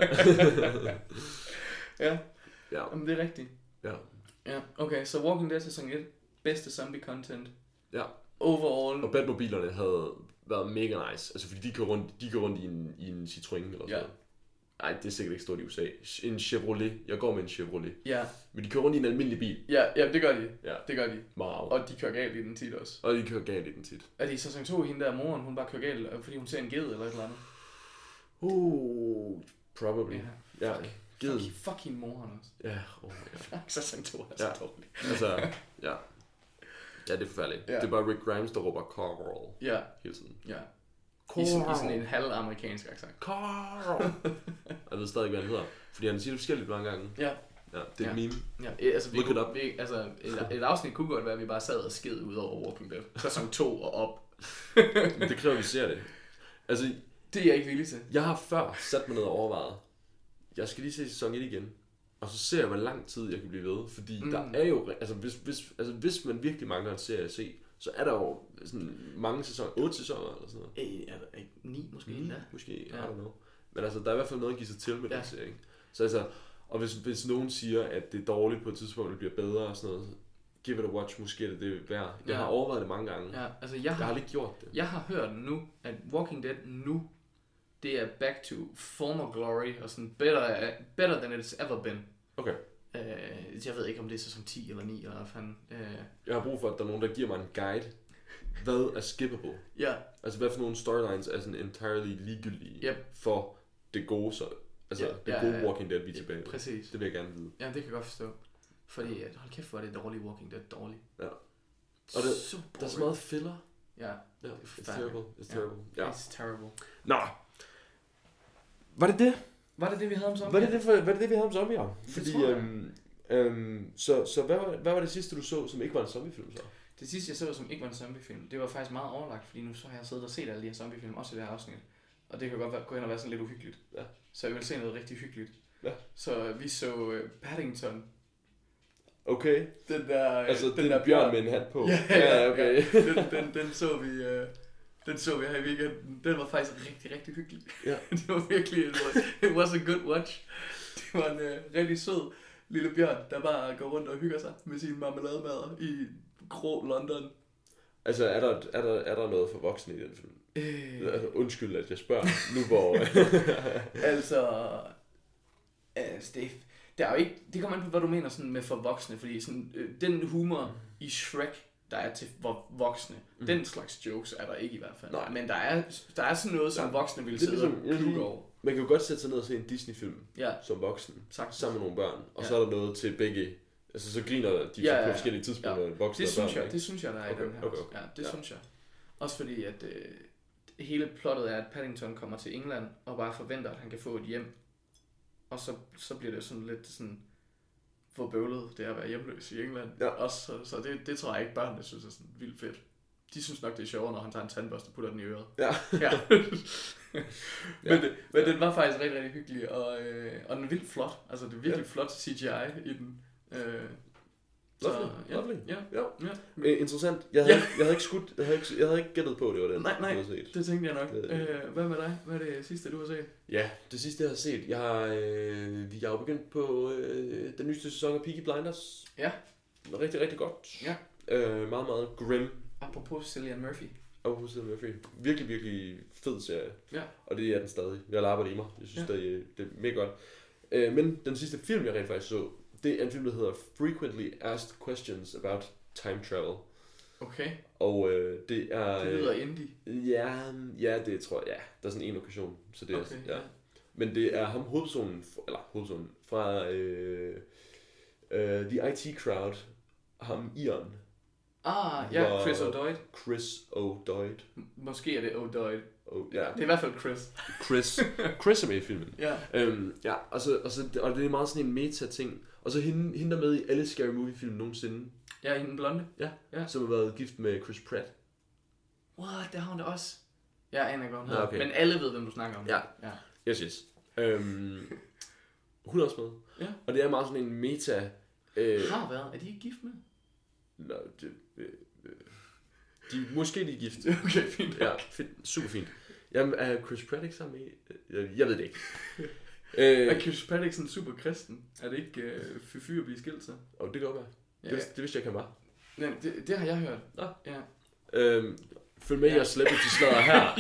Speaker 3: ja. Jamen, det er rigtigt. Ja, okay, så Walking Dead sæson 1, bedste zombie content.
Speaker 4: Ja.
Speaker 3: Overall.
Speaker 4: Og Batmobilerne havde været mega nice. Altså, fordi de kører rundt i en Citroën eller sådan noget. Nej, det er sikkert ikke stort i USA. En Chevrolet. Jeg går med en Chevrolet.
Speaker 3: Ja.
Speaker 4: Men de kører rundt i en almindelig bil.
Speaker 3: Ja, det gør de.
Speaker 4: Ja.
Speaker 3: Det gør de.
Speaker 4: Wow.
Speaker 3: Og de kører galt i den tit også. Er det i sæson 2, hende der moren, hun bare kører galt, fordi hun ser en ged eller et eller andet?
Speaker 4: Probably.
Speaker 3: Ja. Fuck hende moren også.
Speaker 4: Ja,
Speaker 3: Sæson 2 er så dårlig.
Speaker 4: Altså, ja. Ja, det er forfærdeligt. Ja. Det er bare Rick Grimes, der råber Carl hele tiden.
Speaker 3: Ja. I sådan en halv amerikansk accent.
Speaker 4: Carl! Jeg ved stadig ikke, hvad han hedder. Fordi han siger det forskelligt mange gange.
Speaker 3: Ja,
Speaker 4: det er et meme.
Speaker 3: Ja, altså, et afsnit kunne godt være, at vi bare sad og sked ud over Walking Dead. Sæson 2 og op.
Speaker 4: Men det kræver, at vi ser det. Altså,
Speaker 3: det er jeg ikke villig til.
Speaker 4: Jeg har før sat mig ned og overvejet. Jeg skal lige se sæson 1 igen. Og så ser jeg, hvor lang tid jeg kan blive ved. Fordi der er jo... Altså, hvis man virkelig mangler en serie at se, så er der jo sådan mange sæsoner. 8 sæsoner eller sådan noget.
Speaker 3: Er der ikke 9 måske?
Speaker 4: 9 måske, I don't know. Men altså, der er i hvert fald noget at give sig til med den serie, ikke? Så altså... Og hvis nogen siger, at det er dårligt på et tidspunkt, det bliver bedre og sådan noget, give it a watch, måske det er værd. Jeg har overvejet det mange gange.
Speaker 3: Ja, altså jeg har
Speaker 4: aldrig gjort det.
Speaker 3: Jeg har hørt nu, at Walking Dead nu, det er back to former glory, og sådan better than it's ever been.
Speaker 4: Okay.
Speaker 3: Jeg ved ikke, om det er sæson 10 eller 9, eller hvad fanden.
Speaker 4: Jeg har brug for, at der er nogen, der giver mig en guide. Hvad er skippable?
Speaker 3: Ja. Altså,
Speaker 4: hvad for nogle storylines er sådan entirely ligegyldige for det gode, så... Altså, det gode Walking Dead, vi er tilbage.
Speaker 3: Præcis.
Speaker 4: Det vil jeg gerne vide.
Speaker 3: Ja, det kan jeg godt forstå. Fordi, hold kæft, hvor er det dårlige Walking Dead dårligt.
Speaker 4: Ja. Og der er så meget filler.
Speaker 3: Ja.
Speaker 4: It's terrible.
Speaker 3: It's terrible.
Speaker 4: Nå. Var det det?
Speaker 3: Var det det, vi havde om zombier?
Speaker 4: Var det det, vi havde om zombier? Fordi, så hvad var det sidste, du så, som ikke var en zombiefilm så?
Speaker 3: Det sidste, jeg så, som ikke var en zombiefilm, det var faktisk meget overlagt, fordi nu så har jeg siddet og set alle de her zombiefilm, også i det her afsnit. Og det kan godt gå hen og være sådan lidt uhyggeligt.
Speaker 4: Ja.
Speaker 3: Så jeg ville se noget rigtig hyggeligt.
Speaker 4: Ja.
Speaker 3: Så vi så Paddington.
Speaker 4: Okay.
Speaker 3: Den der
Speaker 4: den bjørn med en hat på.
Speaker 3: Ja, okay. Den så vi her i weekenden. Den var faktisk rigtig, rigtig hyggelig.
Speaker 4: Ja.
Speaker 3: Det var virkelig, it was a good watch. Det var en rigtig sød lille bjørn, der bare går rundt og hygger sig med sine marmelademader i grå London. Altså,
Speaker 4: er der noget for voksne i den film? Altså, undskyld, at jeg spørger nu, hvor...
Speaker 3: det er jo ikke... Det kommer an på, hvad du mener sådan med for voksne, fordi sådan, den humor i Shrek, der er til voksne, den slags jokes er der ikke i hvert fald.
Speaker 4: Nej.
Speaker 3: Men der er sådan noget, som voksne vil sidde og kluge over.
Speaker 4: Man kan jo godt sætte sig ned og se en Disney-film som voksen, sammen med nogle børn, og så er der noget til begge... Altså, så griner de på forskellige tidspunkter, voksne og børn.
Speaker 3: Det synes jeg, der er i den her. Okay. Ja, det synes jeg. Også fordi, at hele plottet er, at Paddington kommer til England, og bare forventer, at han kan få et hjem. Og så bliver det sådan lidt sådan, hvor bøvlet det er at være hjemløs i England. Ja. Også, så det tror jeg ikke, børnene synes er sådan vildt fedt. De synes nok, det er sjovere, når han tager en tandbørste og putter den i øret. Ja. Men den var faktisk rigtig, rigtig hyggelig, og den er vildt flot. Altså, det er virkelig flot CGI i den.
Speaker 4: Lovely. Ja. Interessant. Jeg havde ikke skudt. Jeg havde ikke gættet på, det var den.
Speaker 3: Nej, det tænkte jeg nok. Hvad med dig? Hvad er det sidste, du har set?
Speaker 4: Ja, det sidste, jeg har set. Jeg har jo begyndt på den nyeste sæson af Peaky Blinders.
Speaker 3: Ja.
Speaker 4: Rigtig, rigtig godt.
Speaker 3: Ja.
Speaker 4: Meget, meget grim.
Speaker 3: Apropos Cillian Murphy.
Speaker 4: Virkelig, virkelig fed serie.
Speaker 3: Ja.
Speaker 4: Og det er den stadig. Jeg har arbejdet i mig. Jeg synes, det er mega godt. Men den sidste film, jeg rent faktisk så, det er en film, der hedder Frequently Asked Questions About Time Travel.
Speaker 3: Okay.
Speaker 4: Og det er...
Speaker 3: Det lyder indie.
Speaker 4: Ja, det tror jeg. Der er sådan en lokation. Så det er,
Speaker 3: okay,
Speaker 4: Men det er ham hovedpersonen fra The IT Crowd, ham Ian.
Speaker 3: Ja, Chris O'Doyd.
Speaker 4: Chris O'Doyd.
Speaker 3: Måske er det O'Doyd.
Speaker 4: Ja.
Speaker 3: Det er i hvert fald Chris.
Speaker 4: Chris er med i filmen.
Speaker 3: Ja.
Speaker 4: Ja, og det er meget sådan en meta-ting. Og så hende der med i alle Scary Movie-film nogensinde.
Speaker 3: Ja, hende blonde.
Speaker 4: Ja, som har været gift med Chris Pratt.
Speaker 3: What, det har hun da også. Jeg aner ikke, hvad hun hedder.
Speaker 4: Okay.
Speaker 3: Men alle ved, hvem du snakker om.
Speaker 4: Ja. Yes. Hun er også med.
Speaker 3: Ja.
Speaker 4: Og det er meget sådan en meta...
Speaker 3: Har været. Er de ikke gift med?
Speaker 4: Nå, måske de er gift.
Speaker 3: Okay, fint.
Speaker 4: Ja, super fint. Jamen, er Chris Pratt ikke sammen med? Jeg ved det ikke.
Speaker 3: Er Chris Pratt ikke sådan super kristen? Er det ikke fyr at blive skilt så?
Speaker 4: Det kan godt være.
Speaker 3: Ja.
Speaker 4: Det vidste jeg ikke, han var.
Speaker 3: Nej, det har jeg hørt.
Speaker 4: Nå.
Speaker 3: Ja.
Speaker 4: Følg med, jeg slipper til slader her.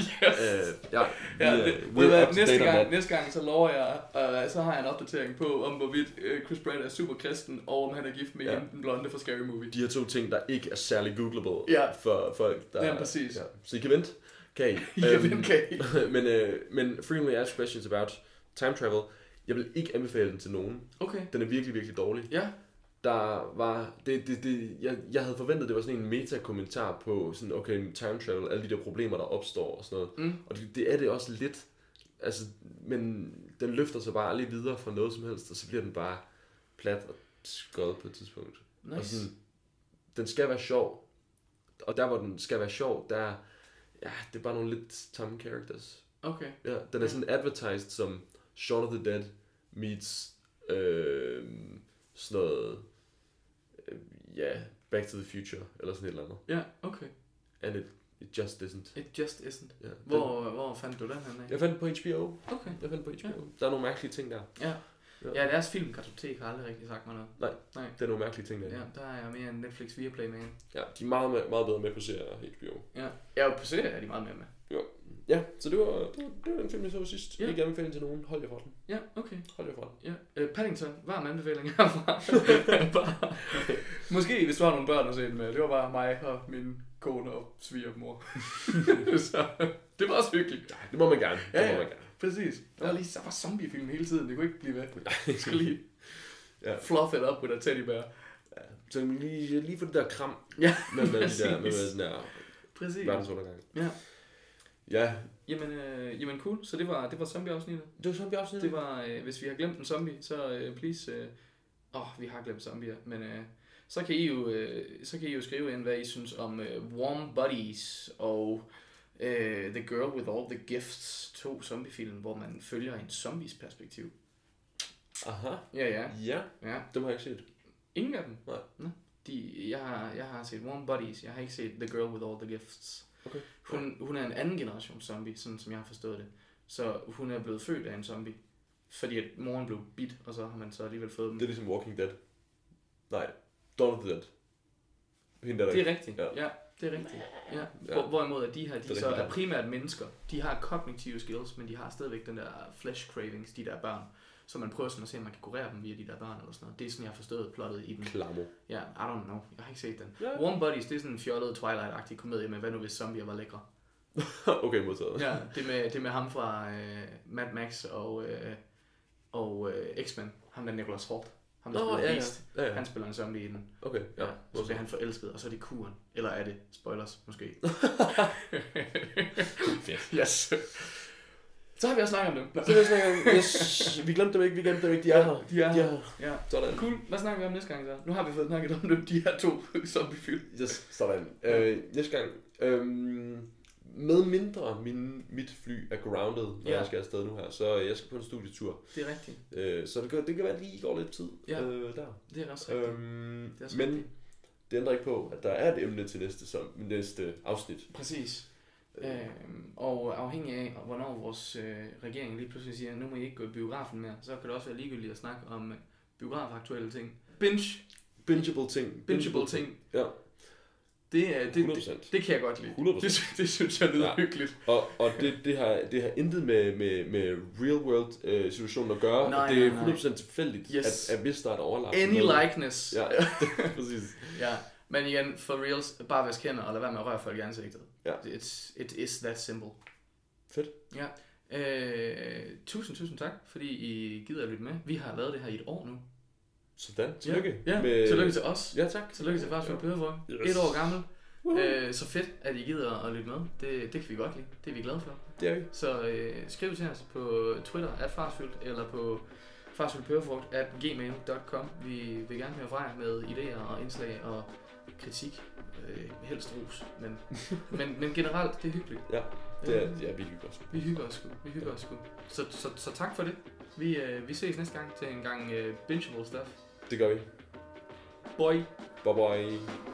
Speaker 3: Næste gang, så lover jeg, så har jeg en opdatering på, om hvorvidt Chris Pratt er super kristen, og om han er gift med den blonde fra Scary Movie.
Speaker 4: De her 2 ting, der ikke er særlig googlable for folk, der...
Speaker 3: Ja, præcis.
Speaker 4: Ja. Så I kan vente, kan I? Men frequently asked questions about time travel. Jeg vil ikke anbefale den til nogen.
Speaker 3: Okay.
Speaker 4: Den er virkelig, virkelig dårlig.
Speaker 3: Ja.
Speaker 4: Der var jeg havde forventet, det var sådan en meta-kommentar på sådan, okay, time travel, alle de der problemer, der opstår og sådan noget. Og det er det også lidt, altså, men den løfter sig bare aldrig videre fra noget som helst, og så bliver den bare plat og skøjet på et tidspunkt.
Speaker 3: Nice.
Speaker 4: Og sådan, den skal være sjov, og der hvor den skal være sjov, det er bare nogle lidt tamme characters.
Speaker 3: Okay.
Speaker 4: Ja, den er sådan advertised som Shaun of the Dead meets sådan noget, Back to the Future, eller sådan et eller andet.
Speaker 3: Ja, okay.
Speaker 4: And it just isn't.
Speaker 3: It just isn't.
Speaker 4: Ja,
Speaker 3: Hvor fandt du den her?
Speaker 4: Jeg fandt den på HBO.
Speaker 3: Okay.
Speaker 4: Ja. Der er nogle mærkelige ting der.
Speaker 3: Ja. Ja, deres filmkartotek har aldrig rigtig sagt mig noget.
Speaker 4: Nej. Der er nogle mærkelige ting der.
Speaker 3: Ja, der er jeg mere en Netflix Viaplay med.
Speaker 4: Ja, de er meget, meget bedre med på serier HBO.
Speaker 3: Ja, ja, på serier er de meget mere med.
Speaker 4: Ja, så det var den film, jeg så sidst.
Speaker 3: Ja.
Speaker 4: Ikke anbefaling til nogen. Hold jer fra den.
Speaker 3: Ja, okay.
Speaker 4: Hold jer fra den.
Speaker 3: Ja. Paddington, varm anbefaling herfra. Måske hvis du har nogle børn at se den med. Det var bare mig og min kone og svigermor. Så det var også hyggeligt.
Speaker 4: Ja, det må man gerne.
Speaker 3: Det må man gerne. Præcis. Der var zombiefilm hele tiden. Det kunne ikke blive ved. Jeg skal lige fluff it up with a teddy bear.
Speaker 4: Ja, så lige få det der kram.
Speaker 3: Ja,
Speaker 4: med den der
Speaker 3: præcis.
Speaker 4: Verdensundergang.
Speaker 3: Ja.
Speaker 4: Ja.
Speaker 3: Jamen cool. Så det var zombie-afsnittet.
Speaker 4: Det var zombie-afsnittet?
Speaker 3: Det var, hvis vi har glemt en zombie, så please... vi har glemt zombier, men så kan I jo skrive ind, hvad I synes om Warm Bodies og The Girl with All the Gifts, 2 zombiefilm, hvor man følger en zombies perspektiv.
Speaker 4: Aha.
Speaker 3: Ja.
Speaker 4: Dem har jeg ikke set.
Speaker 3: Ingen af dem?
Speaker 4: Nej.
Speaker 3: Nå. Jeg har set Warm Bodies, jeg har ikke set The Girl with All the Gifts.
Speaker 4: Okay.
Speaker 3: Hun er en anden generation zombie, sådan som jeg har forstået det. Så hun er blevet født af en zombie, fordi at moren blev bidt, og så har man så alligevel fået dem.
Speaker 4: Det er ligesom Walking Dead. Nej, Dawn of the Dead. Hende der
Speaker 3: det er rigtigt, ja. Det er rigtigt. Ja. Hvorimod at de her, de så er primært mennesker. De har kognitive skills, men de har stadigvæk den der flesh cravings, de der børn. Så man prøver sådan at se, om man kan kurere dem via de der børn eller sådan noget. Det er sådan, jeg har forstået plottet i den.
Speaker 4: Klamo.
Speaker 3: Ja, I don't know. Jeg har ikke set den. Yeah. Warm Bodies, det er sådan en fjollet Twilight-agtig komedie med, hvad nu hvis zombier var lækre.
Speaker 4: Okay, modtaget.
Speaker 3: Ja, det med ham fra Mad Max og X-Men. Ham der Nicholas Hoult. Ham der spiller Beast. Ja. Han spiller en zombie i den.
Speaker 4: Okay, ja.
Speaker 3: Så bliver han forelsket, og så er det kuren. Eller er det? Spoilers, måske.
Speaker 4: Fedt.
Speaker 3: Yes. Så har vi også snakket om dem.
Speaker 4: Yes. Vi glemte dem ikke, De er her.
Speaker 3: De er her. Ja.
Speaker 4: Sådan.
Speaker 3: Cool. Hvad snakker vi om næste gang så? Nu har vi fået snakket om dem, de her 2 zombiefilm.
Speaker 4: Yes, sådan. Næste gang. Med mindre mit fly er grounded, når jeg skal afsted nu her, så jeg skal på en studietur.
Speaker 3: Det er rigtigt.
Speaker 4: Så det kan være, at lige går lidt tid der.
Speaker 3: Det er også rigtigt.
Speaker 4: Men det ændrer ikke på, at der er et emne til næste afsnit.
Speaker 3: Præcis. Og afhængig af, hvornår vores regering lige pludselig siger, nu må I ikke gå i biografen mere, så kan det også være ligegyldigt at snakke om biografaktuelle ting.
Speaker 4: Bingeable ting. Ja.
Speaker 3: Det kan jeg godt lide. 100%. Det synes jeg lyder hyggeligt.
Speaker 4: Og det har intet med real world situationen at gøre.
Speaker 3: Nej,
Speaker 4: det er 100% tilfældigt,
Speaker 3: yes.
Speaker 4: at hvis der er et overlap.
Speaker 3: Any likeness.
Speaker 4: Ja, præcis.
Speaker 3: Ja, men igen, for reals, bare vask hænder og lad være med at røre folk i ansigtet.
Speaker 4: Ja.
Speaker 3: It is that simple.
Speaker 4: Fedt.
Speaker 3: Ja. Tusind tak, fordi I gider at lytte med. Vi har lavet det her i et år nu.
Speaker 4: Sådan, tillykke.
Speaker 3: Ja, tillykke til os.
Speaker 4: Ja, tak.
Speaker 3: Tillykke til Fars Fyldt Pørefrugt.
Speaker 4: Yes.
Speaker 3: 1 år gammel. Så fedt, at I gider at lytte med. Det kan vi godt lide. Det er vi glade for.
Speaker 4: Det er vi.
Speaker 3: Så skriv til os på Twitter @farsfyldt eller på farsfyldtpørefrugt@gmail.com. Vi vil gerne høre fra jer med idéer og indslag og kritik. Helst ros, men generelt, det er hyggeligt.
Speaker 4: Ja, det er, vi hygger os.
Speaker 3: Vi hygger os sgu. Så tak for det. Vi ses næste gang til en gang bingeable stuff.
Speaker 4: Det gør vi.
Speaker 3: Boy.
Speaker 4: Bye bye.